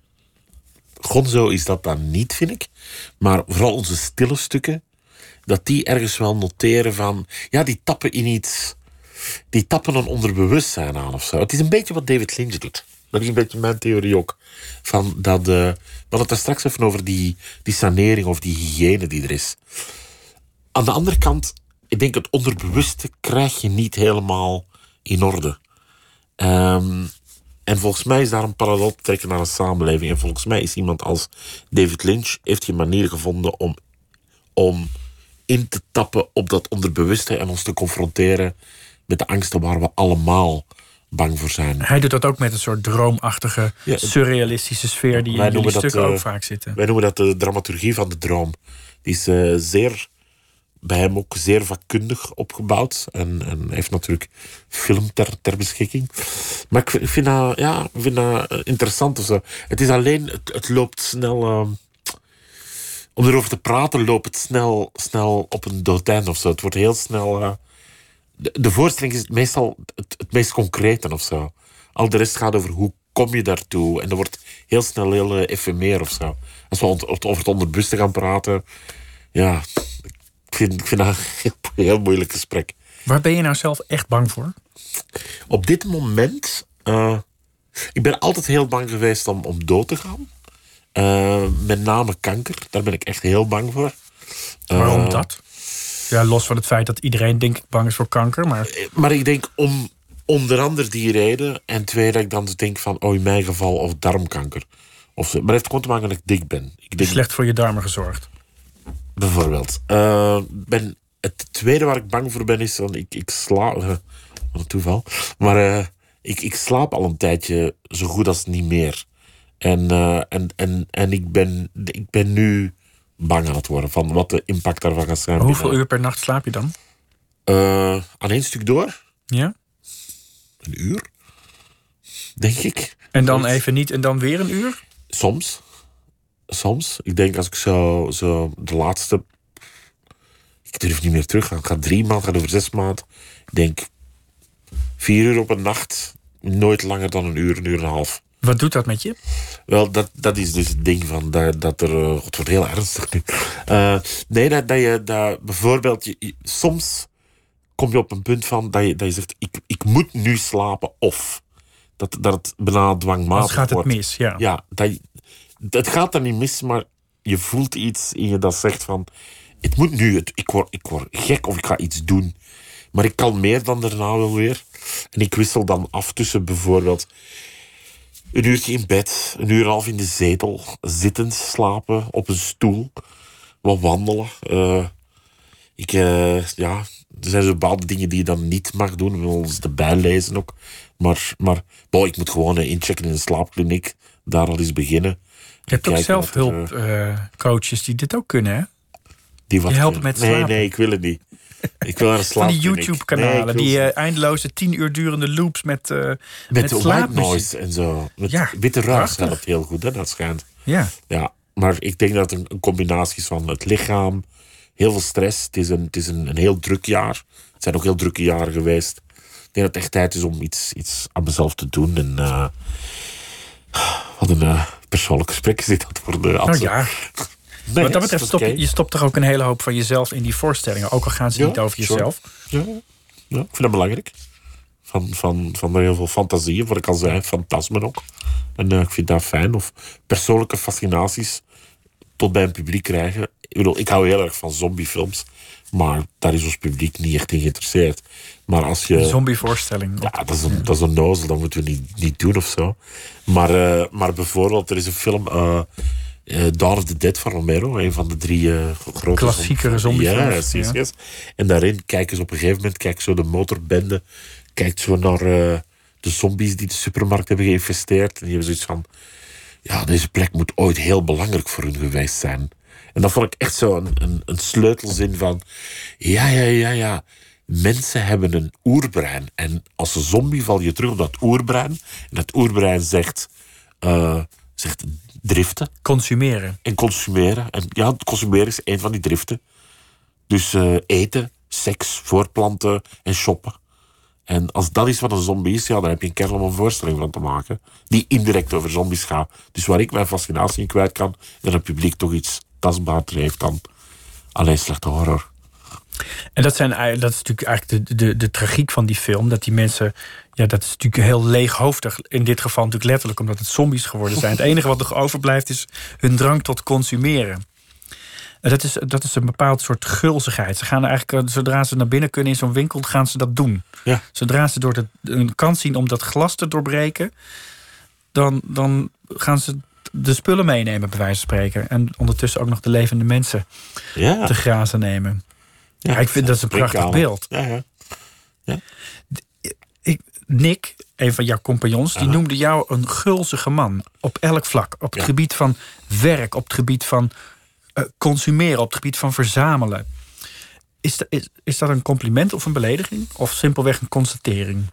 Gonzo is dat dan niet, vind ik. Maar vooral onze stille stukken. Dat die ergens wel noteren van... Ja, die tappen in iets... Die tappen een onderbewustzijn aan of zo. Het is een beetje wat David Lynch doet. Dat is een beetje mijn theorie ook. Van dat, uh, we hadden het daar straks even over die, die sanering of die hygiëne die er is. Aan de andere kant... Ik denk het onderbewuste krijg je niet helemaal in orde. Um, en volgens mij is daar een parallel te trekken naar een samenleving. En volgens mij is iemand als David Lynch... heeft geen manier gevonden om, om in te tappen op dat onderbewuste... en ons te confronteren met de angsten waar we allemaal bang voor zijn. Hij doet dat ook met een soort droomachtige, ja, surrealistische sfeer... die in jullie stukken dat, ook uh, vaak zitten. Wij noemen dat de dramaturgie van de droom. Die is uh, zeer... bij hem ook zeer vakkundig opgebouwd. En, en heeft natuurlijk film ter, ter beschikking. Maar ik vind dat, ja, ik vind dat interessant. Of zo. Het is alleen, het, het loopt snel... Uh, om erover te praten, loopt het snel, snel op een dood of zo. Het wordt heel snel... Uh, de, de voorstelling is het meestal het, het meest concrete of zo. Al de rest gaat over hoe kom je daartoe. En dat wordt heel snel heel uh, efemeer of zo. Als we over het onderbewuste gaan praten... Ja... Ik vind, ik vind dat een heel, heel moeilijk gesprek. Waar ben je nou zelf echt bang voor? Op dit moment... Uh, ik ben altijd heel bang geweest om, om dood te gaan. Uh, met name kanker. Daar ben ik echt heel bang voor. Uh, Waarom dat? Ja, los van het feit dat iedereen denk ik bang is voor kanker. Maar, maar ik denk om onder andere die reden. En twee, dat ik dan denk van... Oh, in mijn geval of darmkanker. Of zo. Maar het heeft gewoon te maken dat ik dik ben. Ik denk, slecht voor je darmen gezorgd. Bijvoorbeeld. Uh, ben, het tweede waar ik bang voor ben is... Want ik, ik slaap... Uh, wat een toeval. Maar uh, ik, ik slaap al een tijdje zo goed als niet meer. En, uh, en, en, en ik, ben, ik ben nu bang aan het worden van wat de impact daarvan gaat zijn. Hoeveel binnen, uur per nacht slaap je dan? Uh, aan één stuk door? Ja. Een uur, denk ik. En dan even niet en dan weer een uur? Soms. Soms. Ik denk als ik zo, zo de laatste... Ik durf niet meer terug. Het gaat drie maanden, het gaat over zes maanden. Ik denk vier uur op een nacht. Nooit langer dan een uur, een uur en een half. Wat doet dat met je? Wel, dat, dat is dus het ding van dat, dat er... Uh, het wordt heel ernstig nu. Uh, nee, dat, dat je dat bijvoorbeeld... Je, je, soms kom je op een punt van dat je, dat je zegt... Ik, ik moet nu slapen of... Dat, dat het bijna dwangmatig wordt. Als gaat het mis, ja. Ja, dat, het gaat dan niet mis, maar je voelt iets in je dat zegt van... Het moet nu, het, ik, word, ik word gek of ik ga iets doen. Maar ik kan meer dan daarna wel weer. En ik wissel dan af tussen bijvoorbeeld... Een uurtje in bed, een uur en een half in de zetel, zittend slapen, op een stoel, wat wandelen. Uh, ik, uh, ja, er zijn zo bepaalde dingen die je dan niet mag doen. We willen erbij lezen ook. Maar, maar boh, ik moet gewoon uh, inchecken in een slaapkliniek, daar al eens beginnen. Je hebt ook zelfhulpcoaches uh, die dit ook kunnen, hè? Die, wat die helpen met slapen. Nee, nee, ik wil het niet. Ik wil naar een slaapkliniek. Van die YouTube-kanalen, nee, die uh, eindeloze tien uur durende loops met uh, Met, met white noise en zo. Met ja, witte ruis gaat het heel goed, hè, dat schijnt. Ja. Ja, maar ik denk dat het een, een combinatie is van het lichaam, heel veel stress. Het is, een, het is een, een heel druk jaar. Het zijn ook heel drukke jaren geweest. Ik denk dat het echt tijd is om iets, iets aan mezelf te doen. En uh, wat een uh, persoonlijk gesprek is dit voor de Nou ja. Nee, wat dat betreft, stop, okay. je stopt er ook een hele hoop van jezelf in die voorstellingen. Ook al gaan ze ja, niet over jezelf. Ja, ja, ik vind dat belangrijk. Van, van, van heel veel fantasieën, wat ik al zei, fantasmen ook. En uh, ik vind dat fijn. Of persoonlijke fascinaties tot bij een publiek krijgen. Ik bedoel, ik hou heel erg van zombiefilms. Maar daar is ons publiek niet echt in geïnteresseerd. Maar als je... Een zombievoorstelling. Ja, dat is een, ja. dat is een nozel. Dat moeten we niet, niet doen of zo. Maar, uh, maar bijvoorbeeld, er is een film... Uh, Uh, Dawn of the Dead van Romero, een van de drie uh, grote... Klassiekere zombiefilms. Ja, ja. En daarin kijken ze op een gegeven moment, kijken zo de motorbende, kijkt zo naar uh, de zombies die de supermarkt hebben geïnvesteerd. En die hebben zoiets van, ja, deze plek moet ooit heel belangrijk voor hun geweest zijn. En dat vond ik echt zo een, een, een sleutelzin van, ja, ja, ja, ja, mensen hebben een oerbrein. En als een zombie val je terug op dat oerbrein. En dat oerbrein zegt... Uh, zegt driften. Consumeren. En consumeren. En ja, consumeren is een van die driften. Dus uh, eten, seks, voortplanten en shoppen. En als dat is wat een zombie is, ja, dan heb je een kern om een voorstelling van te maken. Die indirect over zombies gaat. Dus waar ik mijn fascinatie in kwijt kan, en het publiek toch iets tastbaarder heeft dan alleen slechte horror. En dat, zijn, dat is natuurlijk eigenlijk de, de, de tragiek van die film. Dat die mensen, ja, dat is natuurlijk heel leeghoofdig. In dit geval natuurlijk letterlijk omdat het zombies geworden zijn. Het enige wat nog overblijft is hun drang tot consumeren. En dat is, dat is een bepaald soort gulzigheid. Ze gaan eigenlijk, zodra ze naar binnen kunnen in zo'n winkel, gaan ze dat doen. Ja. Zodra ze door de, een kans zien om dat glas te doorbreken, dan, dan gaan ze de spullen meenemen, bij wijze van spreken. En ondertussen ook nog de levende mensen ja. te grazen nemen. Ja, ja, ik vind dat is een prachtig beeld. Ja, ja. Ja. Ik, Nick, een van jouw compagnons, die Aha. noemde jou een gulzige man. Op elk vlak. Op het ja. gebied van werk, op het gebied van uh, consumeren, op het gebied van verzamelen. Is, de, is, is dat een compliment of een belediging? Of simpelweg een constatering?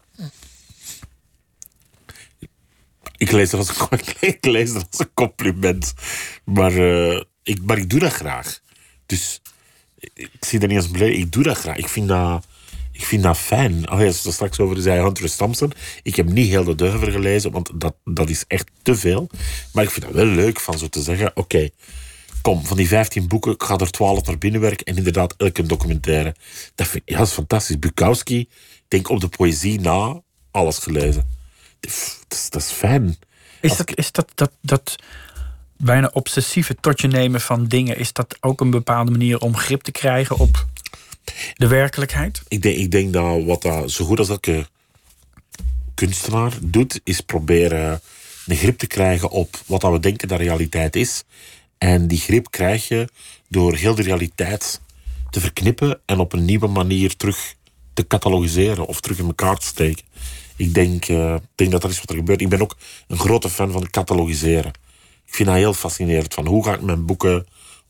Ik lees dat als een, ik lees dat als een compliment. Maar, uh, ik, maar ik doe dat graag. Dus... Ik zie dat niet als een belediging. Ik doe dat graag. Ik vind dat, ik vind dat fijn. Oh ja, als je er straks over zei, Hunter S. Thompson. Ik heb niet heel de Deuver gelezen, want dat, dat is echt te veel. Maar ik vind dat wel leuk van zo te zeggen... Oké, okay, kom, van die vijftien boeken, ik ga er twaalf naar binnen werken. En inderdaad, elke documentaire. Dat vind ik, ja, dat is fantastisch. Bukowski, ik denk op de poëzie na, alles gelezen. Dat is, dat is fijn. Is dat... Is dat, dat, dat... bijna obsessieve tot je nemen van dingen... is dat ook een bepaalde manier om grip te krijgen op de werkelijkheid? Ik denk, ik denk dat wat dat zo goed als elke kunstenaar doet... is proberen een grip te krijgen op wat dat we denken dat realiteit is. En die grip krijg je door heel de realiteit te verknippen... en op een nieuwe manier terug te catalogiseren of terug in elkaar te steken. Ik denk, uh, denk dat dat is wat er gebeurt. Ik ben ook een grote fan van het catalogiseren. Ik vind dat heel fascinerend. Van hoe ga ik mijn boeken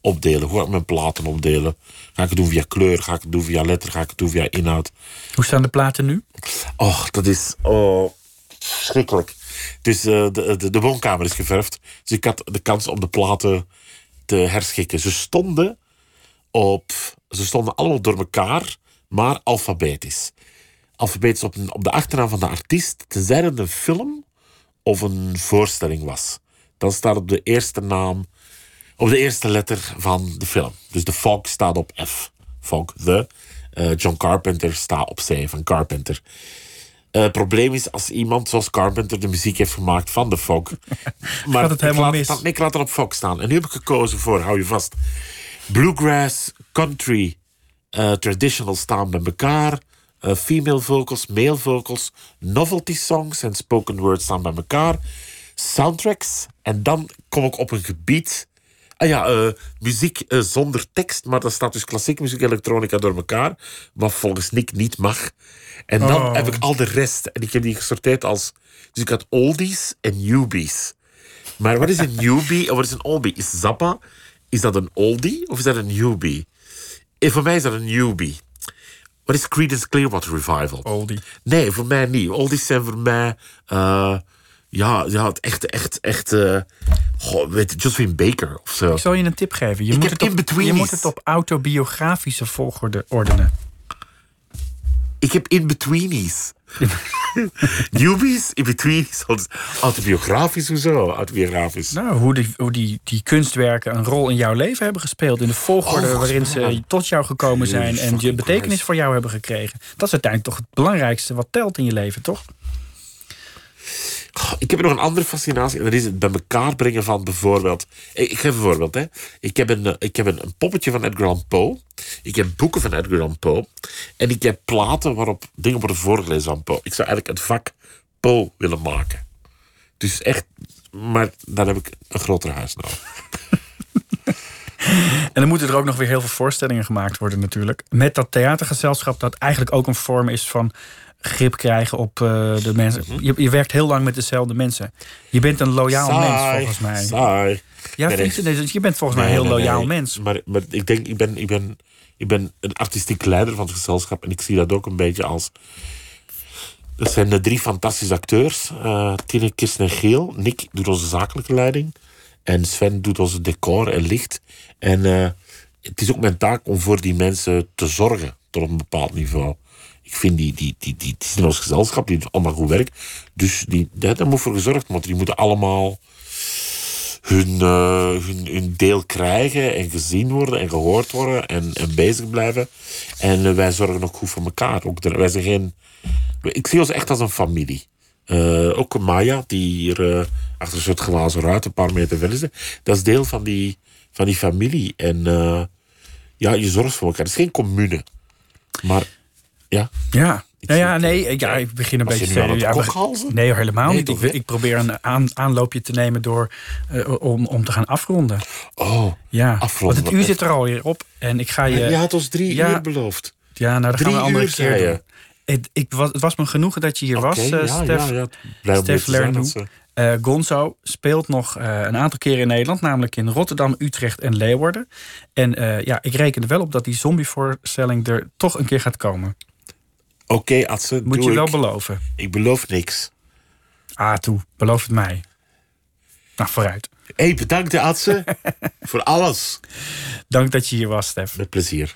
opdelen? Hoe ga ik mijn platen opdelen? Ga ik het doen via kleur? Ga ik het doen via letter? Ga ik het doen via inhoud? Hoe staan de platen nu? Och, dat is oh, schrikkelijk. Dus uh, de, de, de woonkamer is geverfd. Dus ik had de kans om de platen te herschikken. Ze stonden, op, ze stonden allemaal door elkaar, maar alfabetisch. Alfabetisch op, op de achternaam van de artiest, tenzij het een film of een voorstelling was. Dan staat op de eerste naam, op de eerste letter van de film. Dus de Fog staat op F. Fog, the. Uh, John Carpenter staat op C van Carpenter. Het uh, probleem is als iemand zoals Carpenter de muziek heeft gemaakt van de Fog. Maar gaat het helemaal ik laat, mis. Dan, ik laat het op Fog staan. En nu heb ik gekozen voor, hou je vast, bluegrass, country, uh, traditional staan bij elkaar. Uh, female vocals, male vocals, novelty songs en spoken word staan bij elkaar. Soundtracks. En dan kom ik op een gebied. Ah ja, uh, muziek uh, zonder tekst, maar dat staat dus klassieke muziek, elektronica door elkaar. Wat volgens Nick niet mag. En dan Oh. heb ik al de rest. En ik heb die gesorteerd als. Dus ik had oldies en newbies. Maar wat is een newbie en wat is een oldie? Is Zappa, is dat een oldie of is dat een newbie? En voor mij is dat een newbie. Wat is Creedence Clearwater Revival? Oldie. Nee, voor mij niet. Oldies zijn voor mij. Uh, ja, ja, het echt, echt, echt. Uh, goh, weet je, Josephine Baker of zo. Ik zal je een tip geven. Je, Ik moet heb het, op, in-betweenies. je moet het op autobiografische volgorde ordenen. Ik heb in-betweenies. Newbies, in-betweenies. Autobiografisch, hoezo? Autobiografisch. Nou, hoe, die, hoe die, die kunstwerken een rol in jouw leven hebben gespeeld. In de volgorde Oh, waarin ze man. tot jou gekomen zijn. Jezus En je fucking betekenis Christ. voor jou hebben gekregen. Dat is uiteindelijk toch het belangrijkste wat telt in je leven, toch? Ik heb nog een andere fascinatie. En dat is het bij elkaar brengen van bijvoorbeeld. Ik, ik geef een voorbeeld. Hè. Ik heb, een, ik heb een, een poppetje van Edgar Allan Poe. Ik heb boeken van Edgar Allan Poe. En ik heb platen waarop dingen worden voorgelezen van Poe. Ik zou eigenlijk het vak Poe willen maken. Dus echt. Maar dan heb ik een groter huis nodig. En dan moeten er ook nog weer heel veel voorstellingen gemaakt worden natuurlijk. Met dat theatergezelschap dat eigenlijk ook een vorm is van grip krijgen op uh, de mensen. Je, je werkt heel lang met dezelfde mensen. Je bent een loyaal Saai, mens volgens mij. Saai. Ja, Nee, vind je, nee. nee, je bent volgens mij Nee, een heel nee, loyaal nee. mens. Maar, maar ik denk, ik ben, ik, ben, ik ben een artistiek leider van het gezelschap. En ik zie dat ook een beetje als. Dat zijn de drie fantastische acteurs. Uh, Tine, Kirsten en Geel. Nick doet onze zakelijke leiding. En Sven doet onze decor en licht. En uh, het is ook mijn taak om voor die mensen te zorgen. Tot op een bepaald niveau. Ik vind die, die, die, die, die zijn ons gezelschap, die doen allemaal goed werk. Dus die, daar, daar moet voor gezorgd worden. Die moeten allemaal hun, uh, hun, hun deel krijgen en gezien worden en gehoord worden en, en bezig blijven. En uh, wij zorgen ook goed voor elkaar. Ook de, wij zijn geen, ik zie ons echt als een familie. Uh, ook Maya, die hier uh, achter een soort glazen ruit een paar meter verder is. Dat is deel van die, van die familie. En uh, ja, je zorgt voor elkaar. Het is geen commune. Maar ja. Ja. Ik Nou ja, zie- nee, ja, ik begin een Was beetje je nu aan het ja, we- kokhalzen? Nee, helemaal Nee, niet. toch Ik, niet? ik probeer een aan, aanloopje te nemen door uh, om, om te gaan afronden. Oh, Ja, afronden. want het uur zit er alweer op en ik ga je. Je had ons drie Ja. uur beloofd. Ja, nou, dat gaan Drie we een andere uur, keer zei je. doen. Het, ik was, het was me genoegen dat je hier was, Oké, uh, ja, Stef. ja, ja. Blij om hier Stef te zijn, Lernoux. dat ze- Uh, Gonzo speelt nog uh, een aantal keren in Nederland, namelijk in Rotterdam, Utrecht en Leeuwarden. En uh, ja, ik reken er wel op dat die zombievoorstelling er toch een keer gaat komen. Oké, okay, Adse, Moet doe je wel ik. beloven. Ik beloof niks. Ah, toe, beloof het mij. Nou, vooruit. Hé, hey, bedankt hè, Adse. Voor alles. Dank dat je hier was, Stef. Met plezier.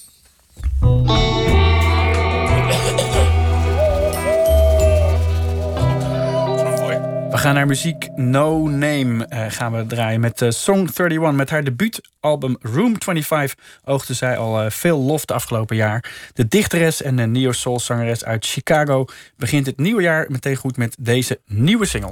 We gaan naar muziek No Name uh, gaan we draaien met uh, Song eenendertig. Met haar debuutalbum Room vijfentwintig oogde zij al uh, veel lof de afgelopen jaar. De dichteres en de neo-soul-zangeres uit Chicago begint het nieuwe jaar meteen goed met deze nieuwe single.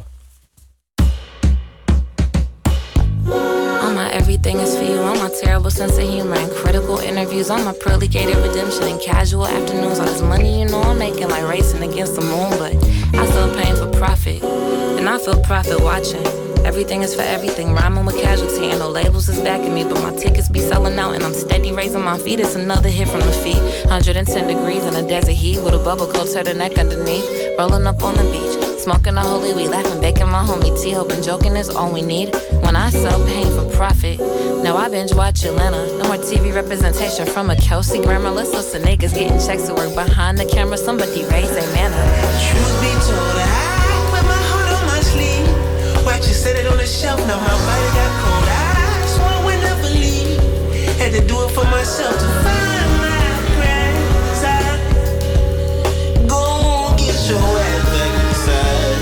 All my everything is for you, all my terrible sense of humor and critical interviews, all my pearly gated redemption and casual afternoons, all this money you know I'm making like racing against the moon, but I still paying for profit, and I feel profit watching. Everything is for everything, rhyming with casualty, and no labels is backing me, but my tickets be selling out, and I'm steady raising my feet. It's another hit from the feet, one hundred ten degrees in a desert heat with a bubble coat turtleneck underneath, rolling up on the beach. Smoking a holy, we laughing, baking my homie T. Hoping joking is all we need. When I sell pain for profit, now I binge watch Atlanta. No more T V representation from a Kelsey Grammer. Let's listen niggas getting checks to work behind the camera. Somebody raise their manner. Truth be told, I wear my heart on my sleeve. Watch you set it on the shelf, now my body got cold. I swore I would never leave. Had to do it for myself to find my friends. I go get your ass back inside.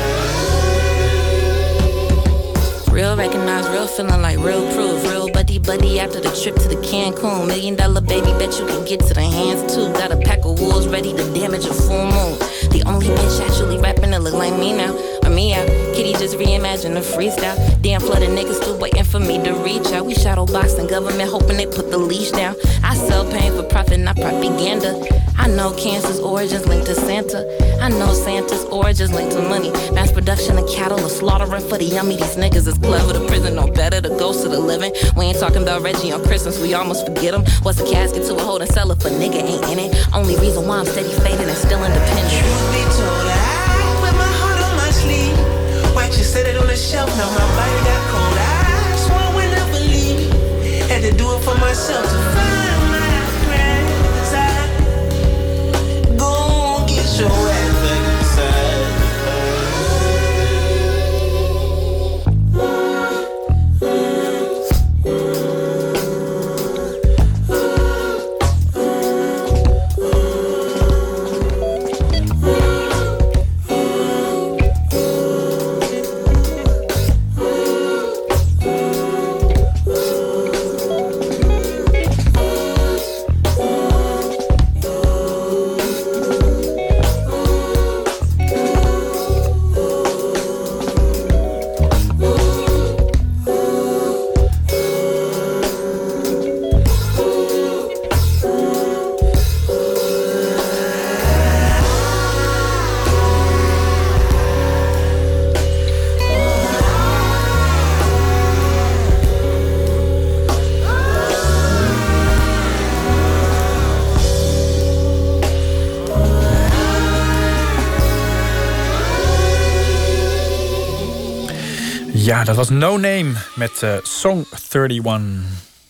Real recognize, real feeling like real proof. Real buddy buddy after the trip to the Cancun. Million dollar baby, bet you can get to the hands too. Got a pack of wolves ready to damage a full moon. The only bitch actually rapping that look like me now. Or me out. Kitty just reimagined the freestyle. Damn flooded niggas still waiting for me to reach out. We shadow boxing government hoping they put the leash down. I sell pain for profit, not propaganda. I know cancer's origins linked to Santa. I know Santa's origins linked to money. Mass production of cattle or slaughtering for the yummy. These niggas is clever. The prison no better. The ghost of the living. We ain't talking about Reggie on Christmas. We almost forget him. What's a casket to a holding cellar for nigga ain't in it. Only reason why I'm steady fading and still independent. Truth be told, I wear my heart on my sleeve. Watch you set it on the shelf, now my body got cold. I swore I would never leave. Had to do it for myself to find my friends. I go get your ass back inside. Ja, dat was No Name met uh, Song eenendertig.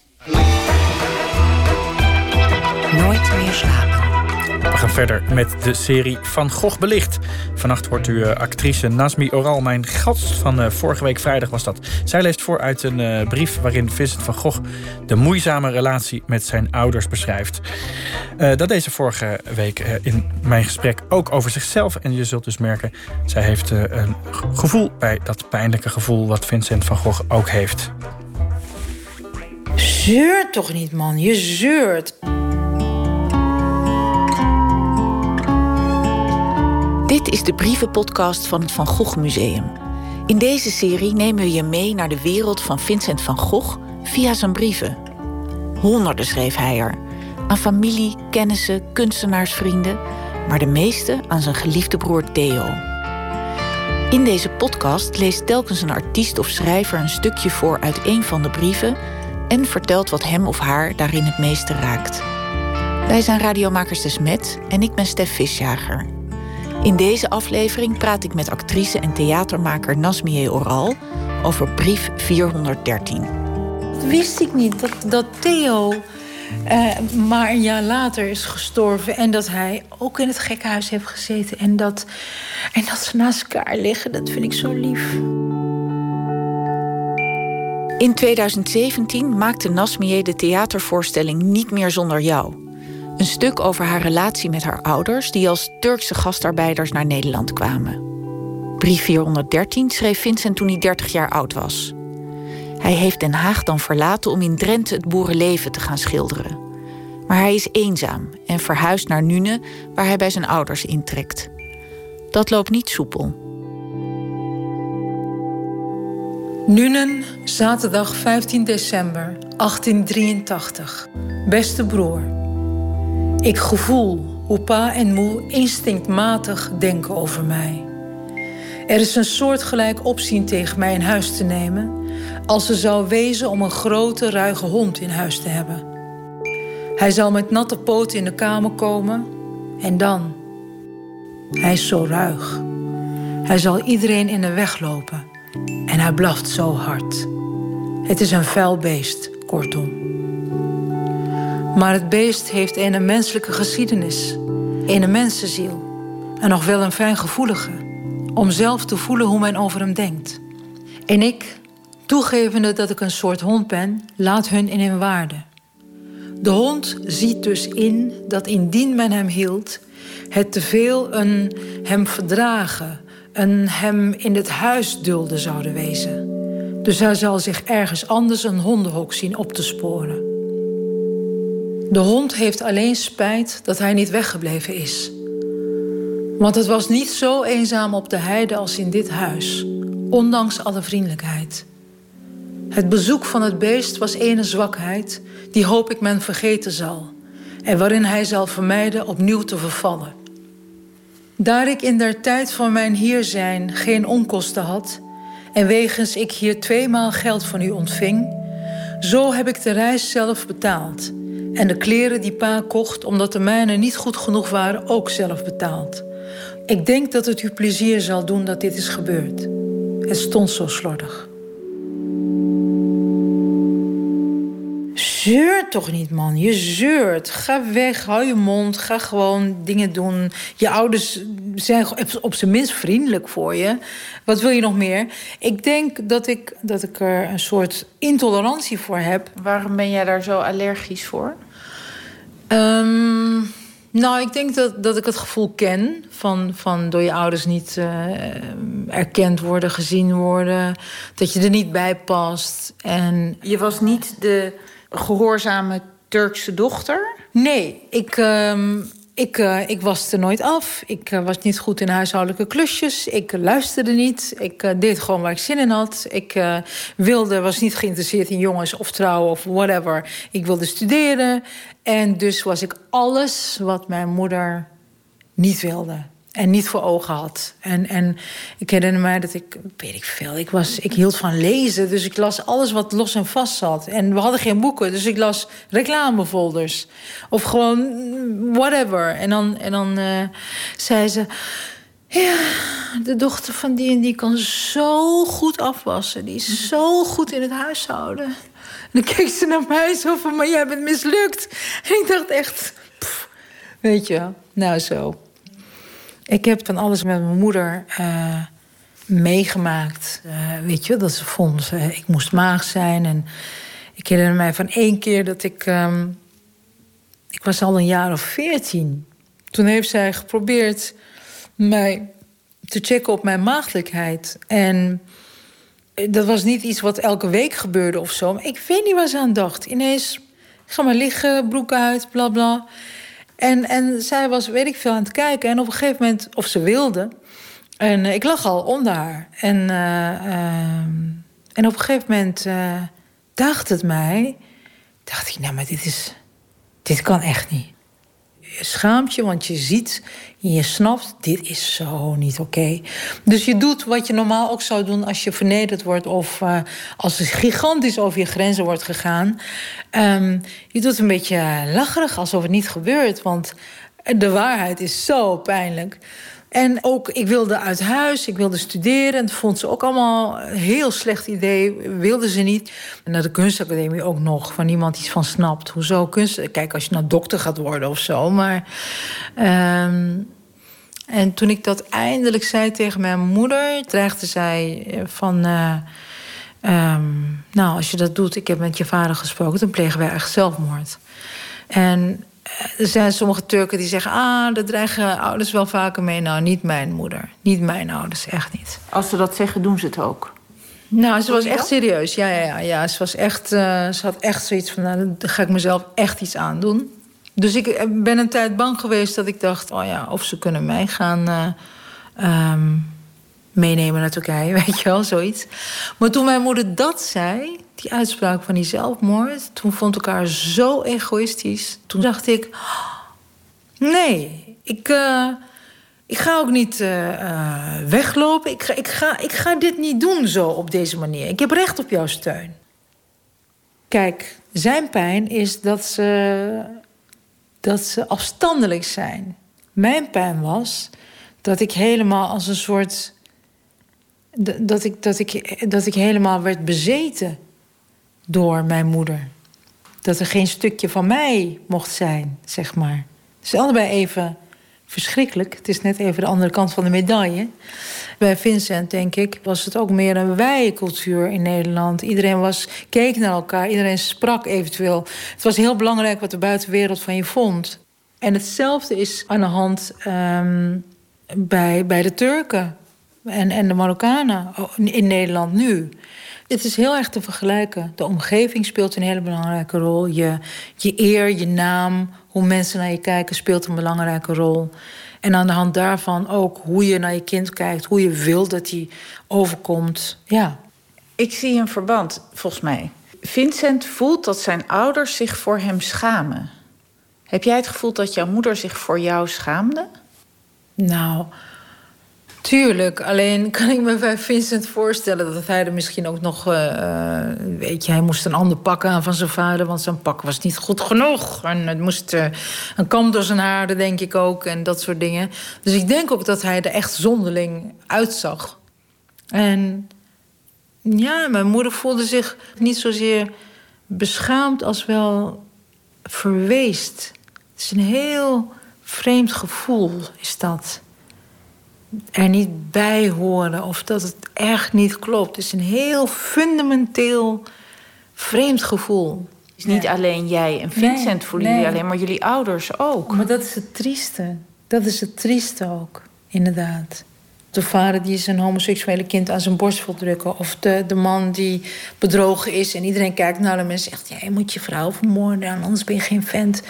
Nooit meer slapen. We gaan verder met de serie Van Gogh belicht. Vannacht hoort u uh, actrice Nazmi Oral, mijn gast van uh, vorige week vrijdag was dat. Zij leest voor uit een uh, brief waarin Vincent van Gogh de moeizame relatie met zijn ouders beschrijft. Uh, dat deze vorige week uh, in mijn gesprek ook over zichzelf. En je zult dus merken, zij heeft uh, een gevoel bij dat pijnlijke gevoel wat Vincent van Gogh ook heeft. Zeurt toch niet, man. Je zeurt. Dit is de brievenpodcast van het Van Gogh Museum. In deze serie nemen we je mee naar de wereld van Vincent van Gogh via zijn brieven. Honderden schreef hij er. Aan familie, kennissen, kunstenaarsvrienden, maar de meeste aan zijn geliefde broer Theo. In deze podcast leest telkens een artiest of schrijver een stukje voor uit een van de brieven en vertelt wat hem of haar daarin het meeste raakt. Wij zijn radiomakers De Smet en ik ben Stef Visjager. In deze aflevering praat ik met actrice en theatermaker Nazmi Oral over brief vierhonderddertien. Dat wist ik niet, dat, dat Theo uh, maar een jaar later is gestorven en dat hij ook in het gekkenhuis heeft gezeten en dat, en dat ze naast elkaar liggen. Dat vind ik zo lief. In tweeduizend zeventien maakte Nazmi de theatervoorstelling Niet meer zonder jou. Een stuk over haar relatie met haar ouders die als Turkse gastarbeiders naar Nederland kwamen. Brief vierhonderddertien schreef Vincent toen hij dertig jaar oud was. Hij heeft Den Haag dan verlaten om in Drenthe het boerenleven te gaan schilderen. Maar hij is eenzaam en verhuist naar Nuenen, waar hij bij zijn ouders intrekt. Dat loopt niet soepel. Nuenen, zaterdag vijftien december achttien drieëntachtig. Beste broer. Ik gevoel hoe pa en moe instinctmatig denken over mij. Er is een soortgelijk opzien tegen mij in huis te nemen, als ze zou wezen om een grote, ruige hond in huis te hebben. Hij zal met natte poten in de kamer komen en dan. Hij is zo ruig. Hij zal iedereen in de weg lopen. En hij blaft zo hard. Het is een vuil beest, kortom. Maar het beest heeft een menselijke geschiedenis. Een mensenziel. En nog wel een fijngevoelige. Om zelf te voelen hoe men over hem denkt. En ik, toegevende dat ik een soort hond ben, laat hun in hun waarde. De hond ziet dus in dat indien men hem hield, het teveel een hem verdragen, een hem in het huis dulden zouden wezen. Dus hij zal zich ergens anders een hondenhok zien op te sporen. De hond heeft alleen spijt dat hij niet weggebleven is. Want het was niet zo eenzaam op de heide als in dit huis, ondanks alle vriendelijkheid. Het bezoek van het beest was ene zwakheid, die hoop ik men vergeten zal, en waarin hij zal vermijden opnieuw te vervallen. Daar ik in der tijd van mijn hier zijn geen onkosten had, en wegens ik hier tweemaal geld van u ontving, zo heb ik de reis zelf betaald, en de kleren die pa kocht, omdat de mijne niet goed genoeg waren, ook zelf betaald. Ik denk dat het u plezier zal doen dat dit is gebeurd. Het stond zo slordig. Zeur toch niet, man. Je zeurt. Ga weg, hou je mond. Ga gewoon dingen doen. Je ouders zijn op zijn minst vriendelijk voor je. Wat wil je nog meer? Ik denk dat ik, dat ik er een soort intolerantie voor heb. Waarom ben jij daar zo allergisch voor? Um, nou, ik denk dat, dat ik het gevoel ken van, van door je ouders niet uh, erkend worden, gezien worden. Dat je er niet bij past. En je was niet de gehoorzame Turkse dochter? Nee, ik, uh, ik, uh, ik was er nooit af. Ik uh, was niet goed in huishoudelijke klusjes. Ik uh, luisterde niet. Ik uh, deed gewoon waar ik zin in had. Ik uh, wilde, was niet geïnteresseerd in jongens of trouwen of whatever. Ik wilde studeren. En dus was ik alles wat mijn moeder niet wilde. En niet voor ogen had. En, en ik herinner mij dat ik, weet ik veel, ik, was, ik hield van lezen. Dus ik las alles wat los en vast zat. En we hadden geen boeken, dus ik las reclamefolders. Of gewoon whatever. En dan, en dan uh, zei ze, ja, de dochter van die en die kan zo goed afwassen. Die is zo goed in het huishouden. En dan keek ze naar mij zo van, maar jij bent mislukt. En ik dacht echt, pff, weet je wel, nou zo. Ik heb van alles met mijn moeder uh, meegemaakt. Uh, weet je, dat ze vond, uh, ik moest maag zijn. En ik herinner mij van één keer dat ik... Um, ik was al een jaar of veertien. Toen heeft zij geprobeerd mij te checken op mijn maagdelijkheid. En dat was niet iets wat elke week gebeurde of zo. Maar ik weet niet waar ze aan dacht. Ineens, ga maar liggen, broek uit, bla bla. En, en zij was, weet ik veel, aan het kijken. En op een gegeven moment, of ze wilde. En uh, ik lag al onder haar. En, uh, uh, en op een gegeven moment uh, dacht het mij... dacht ik, nou, maar dit is... dit kan echt niet. Je schaamt je, want je ziet en je snapt... dit is zo niet oké. Okay. Dus je doet wat je normaal ook zou doen als je vernederd wordt... of uh, als er gigantisch over je grenzen wordt gegaan. Um, je doet een beetje lacherig, alsof het niet gebeurt. Want de waarheid is zo pijnlijk. En ook, ik wilde uit huis, ik wilde studeren. En dat vond ze ook allemaal een heel slecht idee. Wilde ze niet. En naar de kunstacademie ook nog, waar niemand iets van snapt. Hoezo kunst? Kijk, als je nou dokter gaat worden of zo. Maar... Um, en toen ik dat eindelijk zei tegen mijn moeder... dreigde zij van... Uh, um, nou, als je dat doet, ik heb met je vader gesproken... dan plegen wij echt zelfmoord. En... er zijn sommige Turken die zeggen... ah, daar dreigen ouders wel vaker mee. Nou, niet mijn moeder. Niet mijn ouders, echt niet. Als ze dat zeggen, doen ze het ook? Nou, ze was echt serieus. Ja, ja, ja, ja. Ze was echt, uh, ze had echt zoiets van... nou, dan ga ik mezelf echt iets aandoen. Dus ik ben een tijd bang geweest dat ik dacht... oh ja, of ze kunnen mij gaan uh, um, meenemen naar Turkije. Weet je wel, zoiets. Maar toen mijn moeder dat zei... die uitspraak van die zelfmoord... toen vond ik haar zo egoïstisch. Toen dacht ik... nee, ik, uh, ik ga ook niet uh, uh, weglopen. Ik ga, ik, ga, ik ga dit niet doen zo op deze manier. Ik heb recht op jouw steun. Kijk, zijn pijn is dat ze, dat ze afstandelijk zijn. Mijn pijn was dat ik helemaal als een soort d- dat, ik, dat, ik, dat ik helemaal werd bezeten door mijn moeder. Dat er geen stukje van mij mocht zijn, zeg maar. Het is allebei even verschrikkelijk. Het is net even de andere kant van de medaille. Bij Vincent, denk ik, was het ook meer een wij-cultuur in Nederland. Iedereen was, keek naar elkaar, iedereen sprak eventueel. Het was heel belangrijk wat de buitenwereld van je vond. En hetzelfde is aan de hand um, bij, bij de Turken en, en de Marokkanen in Nederland nu. Het is heel erg te vergelijken. De omgeving speelt een hele belangrijke rol. Je, je eer, je naam, hoe mensen naar je kijken speelt een belangrijke rol. En aan de hand daarvan ook hoe je naar je kind kijkt, hoe je wilt dat hij overkomt. Ja. Ik zie een verband, volgens mij. Vincent voelt dat zijn ouders zich voor hem schamen. Heb jij het gevoel dat jouw moeder zich voor jou schaamde? Nou, tuurlijk. Alleen kan ik me bij Vincent voorstellen dat hij er misschien ook nog... Uh, weet je, hij moest een ander pak aan van zijn vader, want zijn pak was niet goed genoeg. En het moest uh, een kam door zijn haren, denk ik ook, en dat soort dingen. Dus ik denk ook dat hij er echt zonderling uitzag. En ja, mijn moeder voelde zich niet zozeer beschaamd als wel verweest. Het is een heel vreemd gevoel, is dat. Er niet bij horen of dat het echt niet klopt. Het is een heel fundamenteel vreemd gevoel. Het is niet ja. alleen jij en Vincent nee, voelen jullie nee. alleen, maar jullie ouders ook. Maar dat is het trieste. Dat is het trieste ook, inderdaad. De vader die zijn homoseksuele kind aan zijn borst wil drukken. Of de, de man die bedrogen is en iedereen kijkt naar hem en zegt... ja, je moet je vrouw vermoorden, anders ben je geen vent.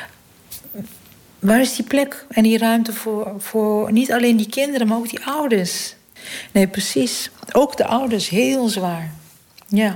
Waar is die plek en die ruimte voor, voor niet alleen die kinderen, maar ook die ouders? Nee, precies. Ook de ouders, heel zwaar. Ja.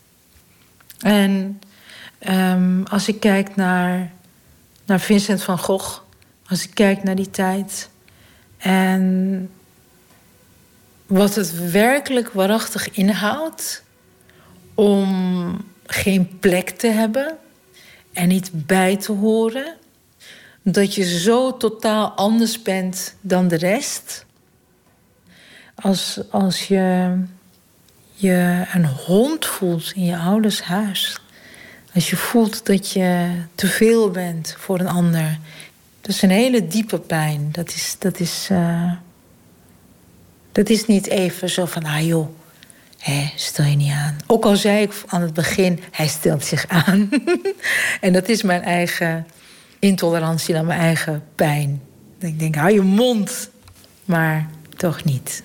En um, als ik kijk naar, naar Vincent van Gogh... als ik kijk naar die tijd... en wat het werkelijk waarachtig inhoudt... om geen plek te hebben en niet bij te horen... dat je zo totaal anders bent dan de rest. Als, als je je een hond voelt in je ouders huis. Als je voelt dat je te veel bent voor een ander. Dat is een hele diepe pijn. Dat is, dat is, uh, dat is niet even zo van, ah joh, hé, stel je niet aan. Ook al zei ik aan het begin, hij stelt zich aan. En dat is mijn eigen intolerantie naar mijn eigen pijn. Ik denk, hou je mond. Maar toch niet.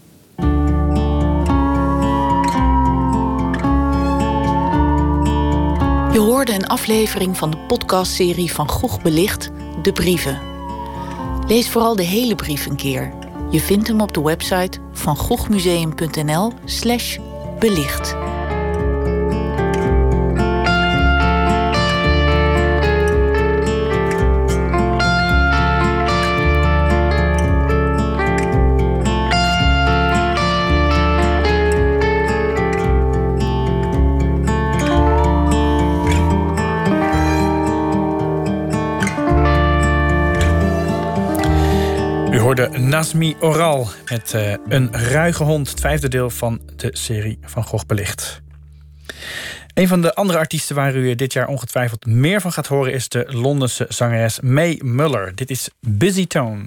Je hoorde een aflevering van de podcastserie Van Gogh Belicht, De Brieven. Lees vooral de hele brief een keer. Je vindt hem op de website van goghmuseum punt n l slash belicht. De Nazmi Oral met uh, Een ruige hond, het vijfde deel van de serie Van Gogh Belicht. Een van de andere artiesten waar u dit jaar ongetwijfeld meer van gaat horen is de Londense zangeres Mae Muller. Dit is Busy Tone.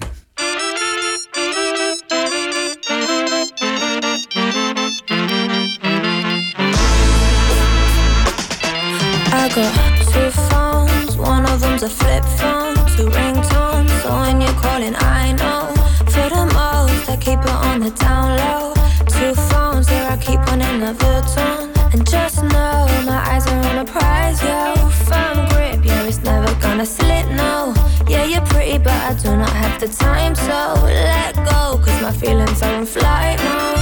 I got two phones, one of them's a flip phone, two ringtones, so when you're calling I know. For the most, I keep it on the down low. Two phones, yeah, I keep one in the Vuitton. And just know, my eyes are on a prize, yo. Firm grip, yeah, it's never gonna slip, no. Yeah, you're pretty, but I do not have the time, so let go, cause my feelings are in flight mode.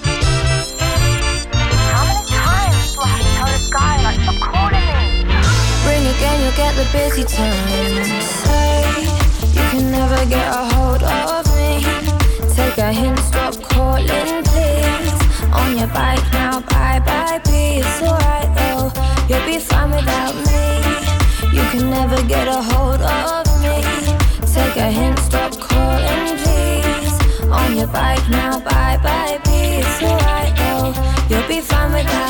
How many times do I have to tell this guy, like, stop calling me? Ring again, you'll get the busy time. Say, you can never get a hold of me. Take a hint, stop calling, please. On your bike now, bye bye, peace. It's alright though, you'll be fine without me. You can never get a hold of me. Take a hint, stop calling, please. On your bike now, bye bye, peace.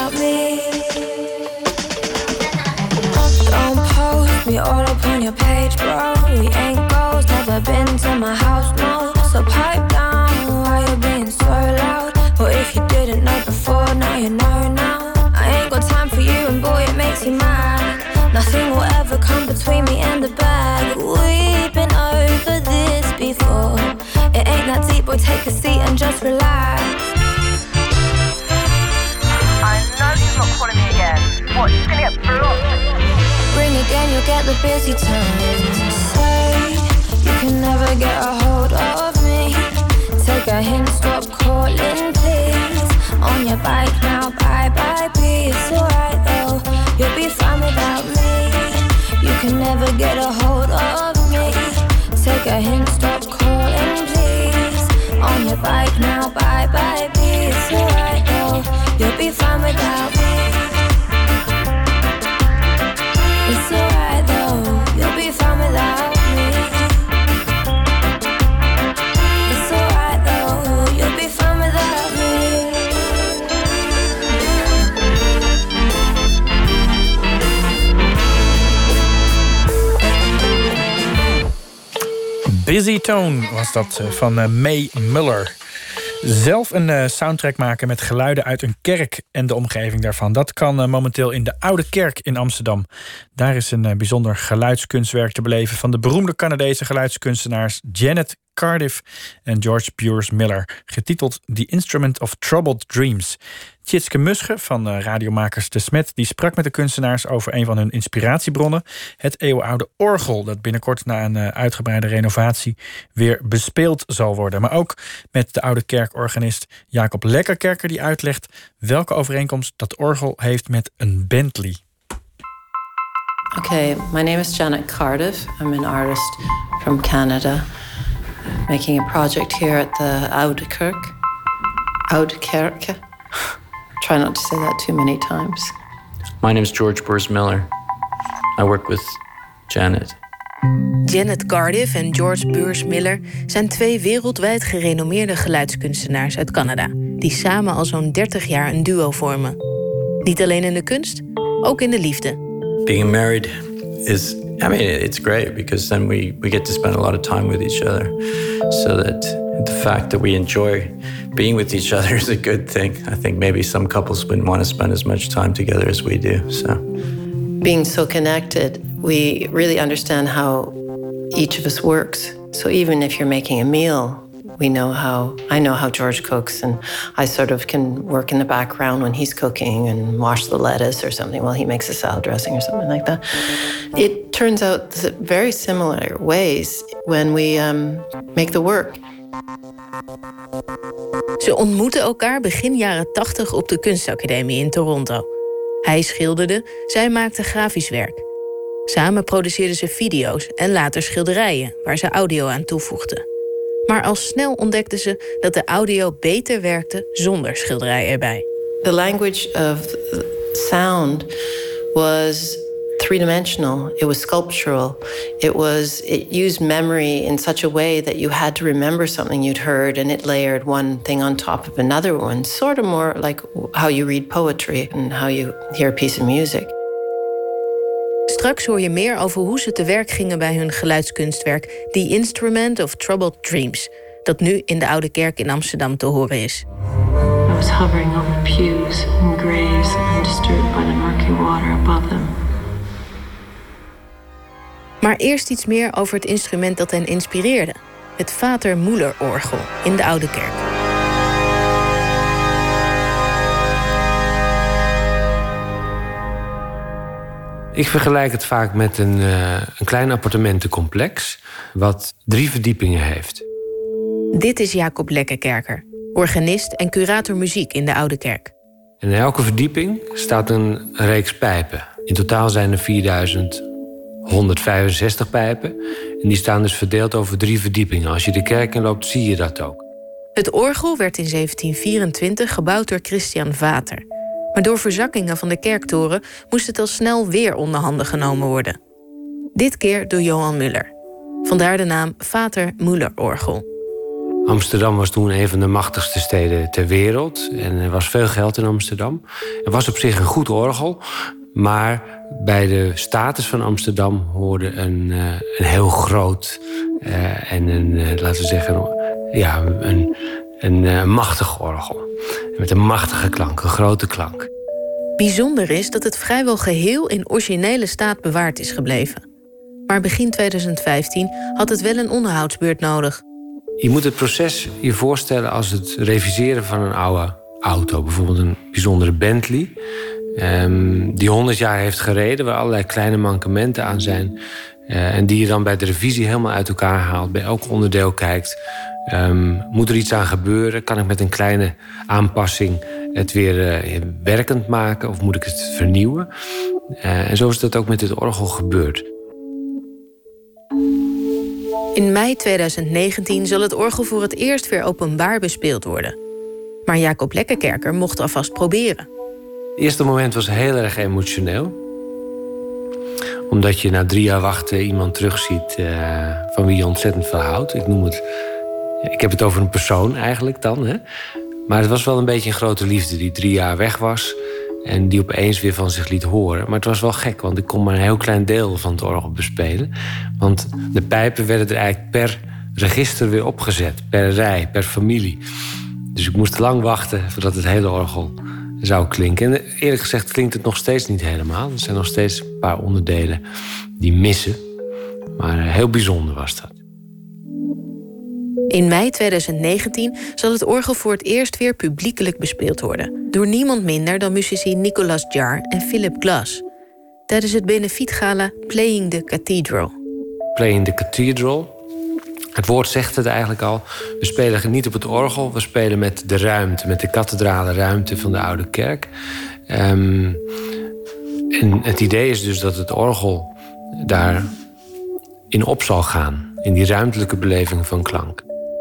without me. Don't post me all up on your page, bro. We ain't goals, never been to my house, no. So pipe down, why you being so loud? Well, if you didn't know before, now you know now. I ain't got time for you, and boy, it makes you mad. Nothing will ever come between me and the bag. We've been over this before. It ain't that deep, boy, take a seat and just relax. I know you're not calling me again. What, you're gonna get blocked? Ring again, you'll get the busy times. Say, you can never get a hold of me. Take a hint, stop calling, please. On your bike now, bye bye, peace. It's alright though, you'll be fine without me. You can never get a hold of me. Take a hint, stop calling, please. On your bike now, bye bye, peace. It's alright though, you'll be fine without me. It's alright though, you'll be fine without me. It's alright though, you'll be fine without me. Busy Tone was dat van uh, Mae Muller. Zelf een uh, soundtrack maken met geluiden uit een kerk en de omgeving daarvan. Dat kan uh, momenteel in de Oude Kerk in Amsterdam. Daar is een uh, bijzonder geluidskunstwerk te beleven van de beroemde Canadese geluidskunstenaars Janet Cardiff en George Bures Miller, getiteld The Instrument of Troubled Dreams. Tjitske Musche van uh, radiomakers De Smet die sprak met de kunstenaars over een van hun inspiratiebronnen, het eeuwenoude orgel dat binnenkort na een uh, uitgebreide renovatie weer bespeeld zal worden. Maar ook met de Oude Kerkorganist Jacob Lekkerkerker die uitlegt welke overeenkomst dat orgel heeft met een Bentley. Okay, my name is Janet Cardiff. I'm an artist from Canada, making a project here at the Oude Kerk. Oude Kerk. Try not to say that too many times. My name is George Bures Miller. I work with Janet. Janet Cardiff en George Bures Miller zijn twee wereldwijd gerenommeerde geluidskunstenaars uit Canada, die samen al zo'n dertig jaar een duo vormen. Niet alleen in de kunst, ook in de liefde. Being married is, I mean, it's great because then we, we get to spend a lot of time with each other. So that the fact that we enjoy being with each other is a good thing. I think maybe some couples wouldn't want to spend as much time together as we do. So, being so connected, we really understand how each of us works. So even if you're making a meal, we know how, I know how George cooks, and I sort of can work in the background when he's cooking and wash the lettuce or something while he makes a salad dressing or something like that. It turns out that very similar ways when we um, make the work. Ze ontmoetten elkaar begin jaren tachtig op de kunstacademie in Toronto. Hij schilderde, zij maakte grafisch werk. Samen produceerden ze video's en later schilderijen waar ze audio aan toevoegden. Maar al snel ontdekten ze dat de audio beter werkte zonder schilderij erbij. The language of sound was three-dimensional. It was sculptural. It was it used memory in such a way that you had to remember something you'd heard, and it layered one thing on top of another one, sort of more like how you read poetry and how you hear a piece of music. Straks hoor je meer over hoe ze te werk gingen bij hun geluidskunstwerk The Instrument of Troubled Dreams, dat nu in de Oude Kerk in Amsterdam te horen is. I was hovering over pews and graves undisturbed by the murky water above them. Maar eerst iets meer over het instrument dat hen inspireerde. Het Vater Muller-orgel in de Oude Kerk. Ik vergelijk het vaak met een, uh, een klein appartementencomplex wat drie verdiepingen heeft. Dit is Jacob Lekkerkerker, organist en curator muziek in de Oude Kerk. En in elke verdieping staat een reeks pijpen. In totaal zijn er vierduizend honderdvijfenzestig pijpen. En die staan dus verdeeld over drie verdiepingen. Als je de kerk in loopt, zie je dat ook. Het orgel werd in zeventien vierentwintig gebouwd door Christian Vater. Maar door verzakkingen van de kerktoren moest het al snel weer onder handen genomen worden. Dit keer door Johan Muller. Vandaar de naam Vater Muller-orgel. Amsterdam was toen een van de machtigste steden ter wereld. En er was veel geld in Amsterdam. Er was op zich een goed orgel. Maar bij de status van Amsterdam hoorde een, uh, een heel groot... Uh, en een, uh, laten we zeggen, ja, een, een uh, machtig orgel. Met een machtige klank, een grote klank. Bijzonder is dat het vrijwel geheel in originele staat bewaard is gebleven. Maar begin tweeduizend vijftien had het wel een onderhoudsbeurt nodig. Je moet het proces je voorstellen als het reviseren van een oude auto. Bijvoorbeeld een bijzondere Bentley. Um, die honderd jaar heeft gereden, waar allerlei kleine mankementen aan zijn. Uh, en die je dan bij de revisie helemaal uit elkaar haalt. Bij elk onderdeel kijkt. Um, moet er iets aan gebeuren? Kan ik met een kleine aanpassing het weer uh, werkend maken? Of moet ik het vernieuwen? Uh, en zo is dat ook met dit orgel gebeurd. In mei tweeduizend negentien zal het orgel voor het eerst weer openbaar bespeeld worden. Maar Jacob Lekkerkerker mocht alvast proberen. Het eerste moment was heel erg emotioneel. Omdat je na drie jaar wachten iemand terugziet uh, van wie je ontzettend veel houdt. Ik noem het... Ik heb het over een persoon eigenlijk dan. Hè? Maar het was wel een beetje een grote liefde die drie jaar weg was. En die opeens weer van zich liet horen. Maar het was wel gek, want ik kon maar een heel klein deel van het orgel bespelen. Want de pijpen werden er eigenlijk per register weer opgezet. Per rij, per familie. Dus ik moest lang wachten voordat het hele orgel zou klinken. En eerlijk gezegd klinkt het nog steeds niet helemaal. Er zijn nog steeds een paar onderdelen die missen. Maar heel bijzonder was dat. In mei tweeduizend negentien zal het orgel voor het eerst weer publiekelijk bespeeld worden. Door niemand minder dan muzici Nicolas Jaar en Philip Glass. Tijdens het benefietgala Playing the Cathedral. Playing the Cathedral. Het woord zegt het eigenlijk al. We spelen niet op het orgel, we spelen met de ruimte. Met de kathedrale ruimte van de Oude Kerk. Um, en het idee is dus dat het orgel daar in op zal gaan. In die ruimtelijke beleving van klank.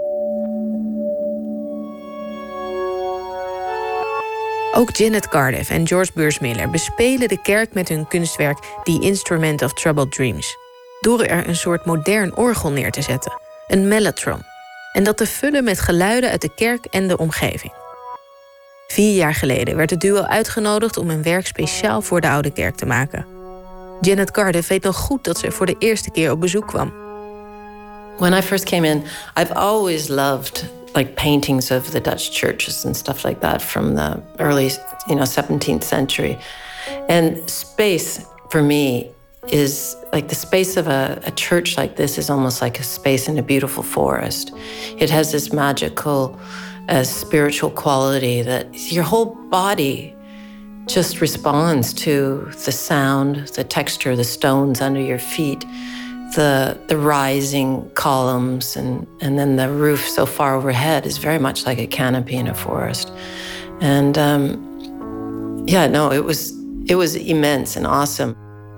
Ook Janet Cardiff en George Beurs Miller bespelen de kerk met hun kunstwerk The Instrument of Troubled Dreams. Door er een soort modern orgel neer te zetten. Een mellotron. En dat te vullen met geluiden uit de kerk en de omgeving. Vier jaar geleden werd het duo uitgenodigd om een werk speciaal voor de Oude Kerk te maken. Janet Cardiff weet nog goed dat ze voor de eerste keer op bezoek kwam. When I first came in, I've always loved like paintings of the Dutch churches and stuff like that from the early, you know, seventeenth century. And space for me is like the space of a, a church like this is almost like a space in a beautiful forest. It has this magical, uh, spiritual quality that your whole body just responds to the sound, the texture, the stones under your feet, the the rising columns, and, and then the roof so far overhead is very much like a canopy in a forest. And um, yeah, no, it was it was immense and awesome.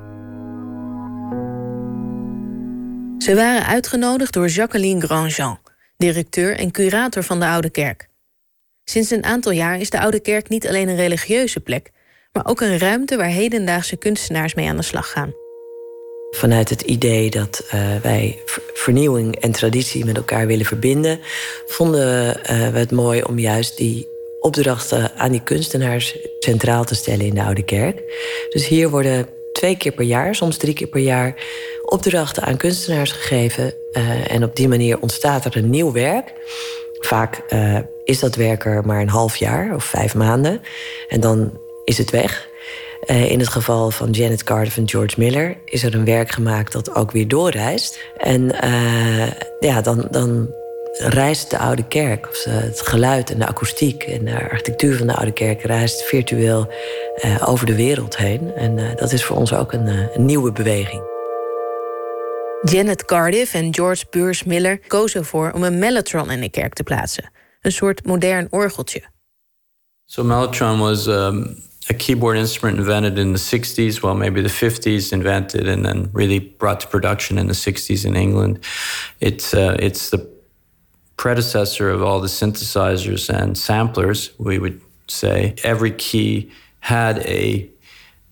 Ze waren uitgenodigd door Jacqueline Grandjean, directeur en curator van de Oude Kerk. Sinds een aantal jaar is de Oude Kerk niet alleen een religieuze plek, maar ook een ruimte waar hedendaagse kunstenaars mee aan de slag gaan. Vanuit het idee dat uh, wij vernieuwing en traditie met elkaar willen verbinden, vonden uh, we het mooi om juist die opdrachten aan die kunstenaars centraal te stellen in de Oude Kerk. Dus hier worden twee keer per jaar, soms drie keer per jaar, opdrachten aan kunstenaars gegeven. Uh, en op die manier ontstaat er een nieuw werk. Vaak uh, is dat werk er maar een half jaar of vijf maanden. En dan is het weg. Uh, in het geval van Janet Cardiff en George Miller is er een werk gemaakt dat ook weer doorreist. En uh, ja, dan, dan reist de Oude Kerk, of het geluid en de akoestiek en de architectuur van de Oude Kerk reist virtueel uh, over de wereld heen. En uh, dat is voor ons ook een, uh, een nieuwe beweging. Janet Cardiff en George Beurs Miller kozen ervoor om een mellotron in de kerk te plaatsen. Een soort modern orgeltje. So mellotron was um, a keyboard instrument invented in the sixties, well maybe the fifties, invented and then really brought to production in the sixties in England. It's uh, it's the predecessor of all the synthesizers and samplers, we would say. Every key had a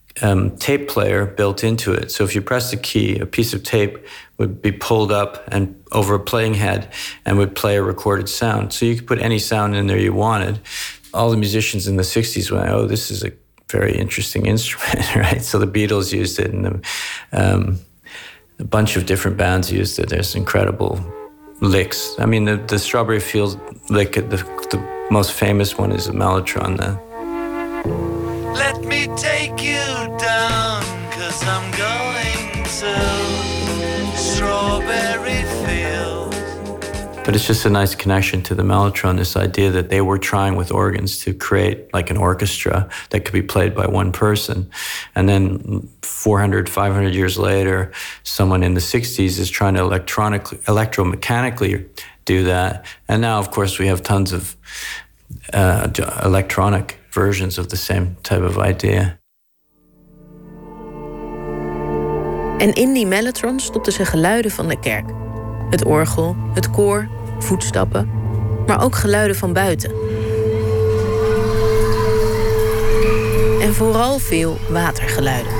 um, tape player built into it. So if you press the key, a piece of tape would be pulled up and over a playing head and would play a recorded sound. So you could put any sound in there you wanted. All the musicians in the sixties went, oh, this is a very interesting instrument, right? So the Beatles used it, and the, um, a bunch of different bands used it. There's incredible licks. I mean, the, the Strawberry Fields lick, the, the most famous one is a mellotron. The... Let me take you down, 'cause I'm going to Strawberry Fields. But it's just a nice connection to the mellotron, this idea that they were trying with organs to create like an orchestra that could be played by one person. And then four hundred, five hundred years later, someone in the sixties is trying to electronically, electromechanically do that. And now, of course, we have tons of uh, electronic versions of the same type of idea. En in die mellotron stopten ze geluiden van de kerk. Het orgel, het koor, voetstappen, maar ook geluiden van buiten. En vooral veel watergeluiden.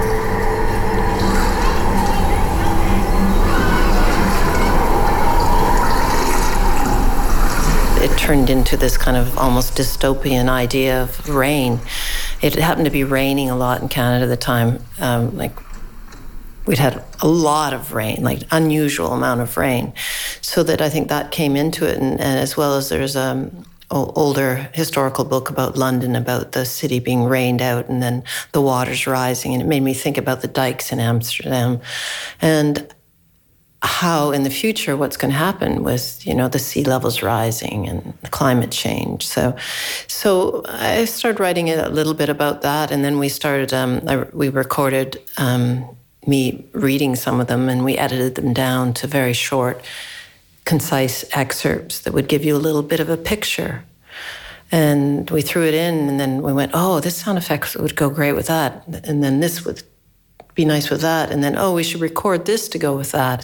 It turned into this kind of almost dystopian idea of rain. It happened to be raining a lot in Canada at the time, um, like we'd had a lot of rain, like unusual amount of rain. So that I think that came into it. And, and as well as there's an older historical book about London, about the city being rained out and then the waters rising. And it made me think about the dikes in Amsterdam. And how in the future what's going to happen with, you know, the sea levels rising and the climate change. So so I started writing a little bit about that. And then we started, um, I, we recorded... Um, me reading some of them, and we edited them down to very short, concise excerpts that would give you a little bit of a picture. And we threw it in, and then we went, oh, this sound effect would go great with that. And then this would be nice with that. And then, oh, we should record this to go with that.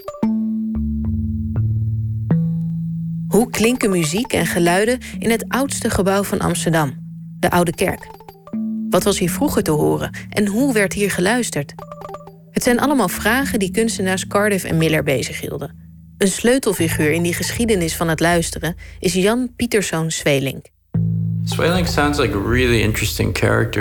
Hoe klinken muziek en geluiden in het oudste gebouw van Amsterdam, de Oude Kerk? Wat was hier vroeger te horen en hoe werd hier geluisterd? Het zijn allemaal vragen die kunstenaars Cardiff en Miller bezighielden. Een sleutelfiguur in die geschiedenis van het luisteren is Jan Pieterszoon Sweelinck. Sweelinck sounds like a really interesting character.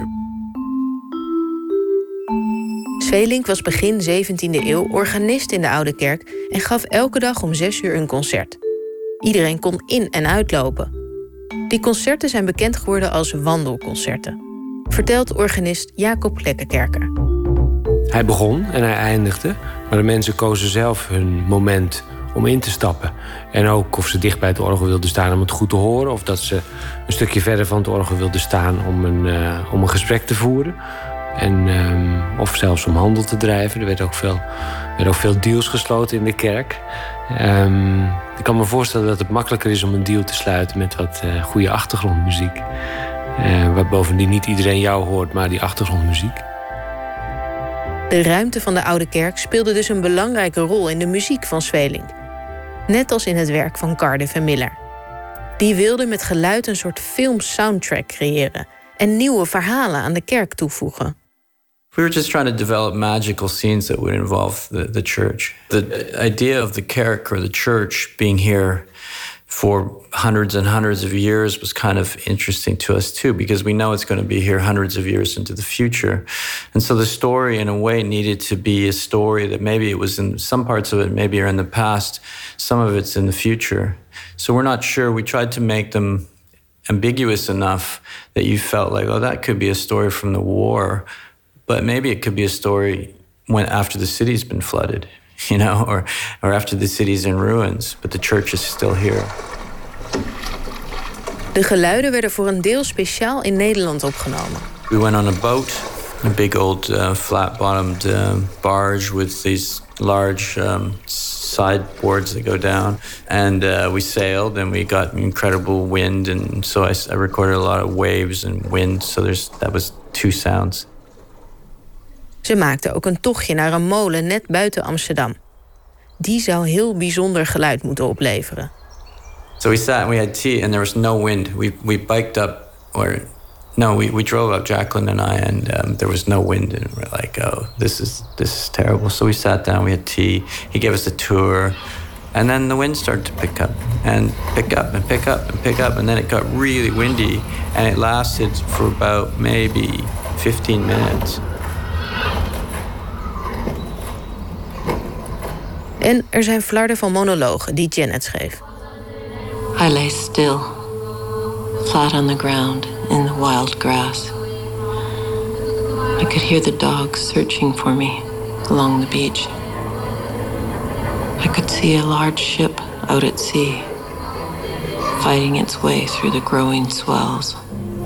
Sweelinck was begin zeventiende eeuw organist in de Oude Kerk en gaf elke dag om zes uur een concert. Iedereen kon in- en uitlopen. Die concerten zijn bekend geworden als wandelconcerten, vertelt organist Jacob Lekkekerker. Hij begon en hij eindigde, maar de mensen kozen zelf hun moment om in te stappen. En ook of ze dicht bij het orgel wilden staan om het goed te horen, of dat ze een stukje verder van het orgel wilden staan om een, uh, om een gesprek te voeren. En, um, of zelfs om handel te drijven. Er werd ook veel, werden ook veel deals gesloten in de kerk. Um, ik kan me voorstellen dat het makkelijker is om een deal te sluiten met wat uh, goede achtergrondmuziek. Uh, waar bovendien niet iedereen jou hoort, maar die achtergrondmuziek. De ruimte van de Oude Kerk speelde dus een belangrijke rol in de muziek van Sweelinck. Net als in het werk van Cardiff en Miller. Die wilden met geluid een soort film-soundtrack creëren en nieuwe verhalen aan de kerk toevoegen. We were just trying to develop magical scenes that would involve the, the church. The idea of the kerk or the church being here for hundreds and hundreds of years was kind of interesting to us too, because we know it's going to be here hundreds of years into the future. And so the story in a way needed to be a story that maybe it was in some parts of it, maybe are in the past, some of it's in the future. So we're not sure. We tried to make them ambiguous enough that you felt like, oh, that could be a story from the war, but maybe it could be a story when after the city's been flooded, you know, or or after the city's in ruins, but the church is still here. De geluiden werden voor een deel speciaal in Nederland opgenomen. We went on a boat, a big old uh, flat-bottomed uh, barge with these large um, sideboards that go down, and uh, we sailed, and we got incredible wind, and so I, I recorded a lot of waves and wind. So there's that was two sounds. Ze maakten ook een tochtje naar een molen net buiten Amsterdam. Die zou heel bijzonder geluid moeten opleveren. So we sat and we had tea and there was no wind. We we biked up, or No, we, we drove up, Jacqueline and I, and um, there was no wind, and we're like, oh, this is this is terrible. So we sat down, we had tea. He gave us a tour, and then the wind started to pick up and pick up and pick up and pick up, and then it got really windy, and it lasted for about maybe fifteen minutes. En er zijn flarden van monologen die Janet schreef. I lay still, flat on the ground in the wild grass. I could hear the dogs searching for me along the beach. I could see a large ship out at sea, fighting its way through the growing swells.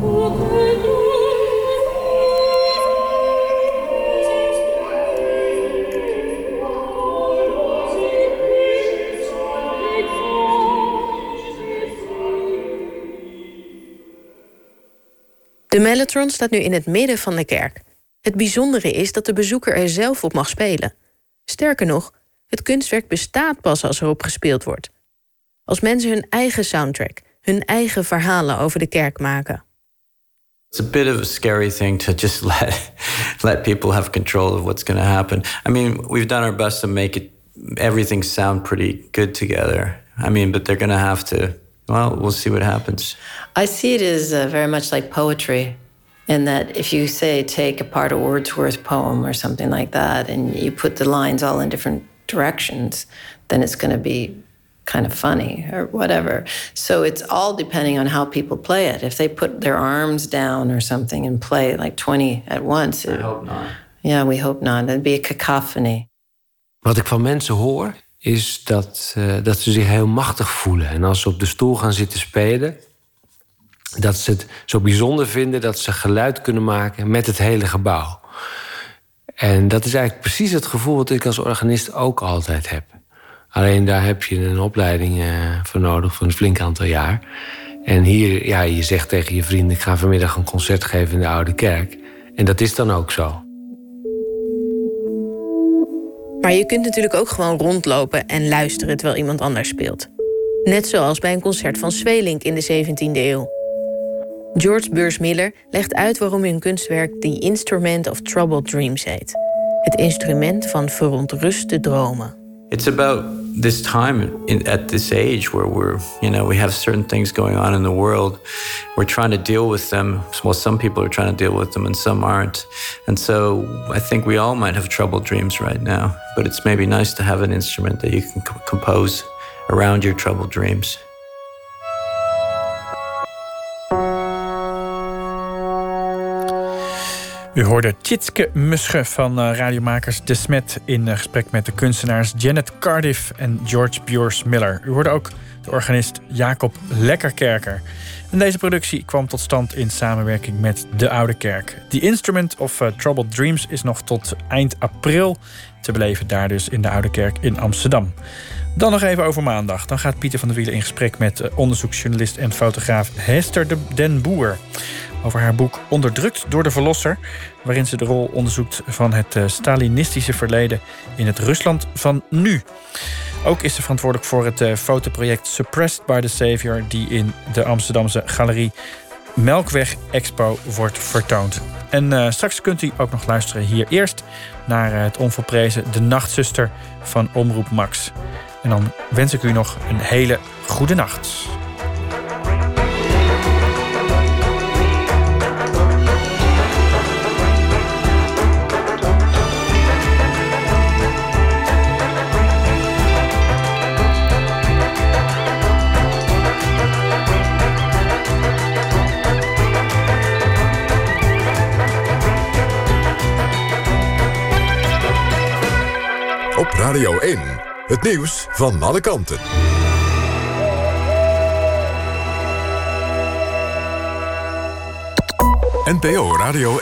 De Mellotron staat nu in het midden van de kerk. Het bijzondere is dat de bezoeker er zelf op mag spelen. Sterker nog, het kunstwerk bestaat pas als erop gespeeld wordt. Als mensen hun eigen soundtrack, hun eigen verhalen over de kerk maken. It's a bit of a scary thing to just let let people have control of what's going to happen. I mean, we've done our best to make it everything sound pretty good together. I mean, but they're going to have to. Well, we'll see what happens. I see it as uh, very much like poetry, in that if you say take apart a Wordsworth poem or something like that, and you put the lines all in different directions, then it's going to be kind of funny or whatever. So it's all depending on how people play it. If they put their arms down or something and play like twenty at once. I it, hope not. Yeah, we hope not. It'd be a cacophony. Wat ik van mensen hoor, is dat, uh, dat ze zich heel machtig voelen. En als ze op de stoel gaan zitten spelen, dat ze het zo bijzonder vinden dat ze geluid kunnen maken met het hele gebouw. En dat is eigenlijk precies het gevoel wat ik als organist ook altijd heb. Alleen daar heb je een opleiding uh, voor nodig van een flink aantal jaar. En hier, ja, je zegt tegen je vrienden, ik ga vanmiddag een concert geven in de Oude Kerk. En dat is dan ook zo. Maar je kunt natuurlijk ook gewoon rondlopen en luisteren terwijl iemand anders speelt. Net zoals bij een concert van Sweelinck in de zeventiende eeuw. George Beurs Miller legt uit waarom hun kunstwerk The Instrument of Troubled Dreams heet. Het instrument van verontruste dromen. It's about this time in, at this age where we're, you know, we have certain things going on in the world. We're trying to deal with them. Well, some people are trying to deal with them and some aren't. And so I think we all might have troubled dreams right now. But it's maybe nice to have an instrument that you can co- compose around your troubled dreams. U hoorde Tjitske Musche van uh, radiomakers De Smet in uh, gesprek met de kunstenaars Janet Cardiff en George Bures Miller. U hoorde ook de organist Jacob Lekkerkerker. En deze productie kwam tot stand in samenwerking met de Oude Kerk. The Instrument of uh, Troubled Dreams is nog tot eind april te beleven, daar dus in de Oude Kerk in Amsterdam. Dan nog even over maandag. Dan gaat Pieter van der Wielen in gesprek met uh, onderzoeksjournalist en fotograaf Hester de Den Boer over haar boek Onderdrukt door de Verlosser, waarin ze de rol onderzoekt van het uh, Stalinistische verleden in het Rusland van nu. Ook is ze verantwoordelijk voor het uh, fotoproject Suppressed by the Savior, die in de Amsterdamse galerie Melkweg Expo wordt vertoond. En uh, straks kunt u ook nog luisteren hier eerst naar uh, het onvolprezen De Nachtzuster van Omroep Max. En dan wens ik u nog een hele goede nacht. Op Radio één, het nieuws van alle kanten. N P O Radio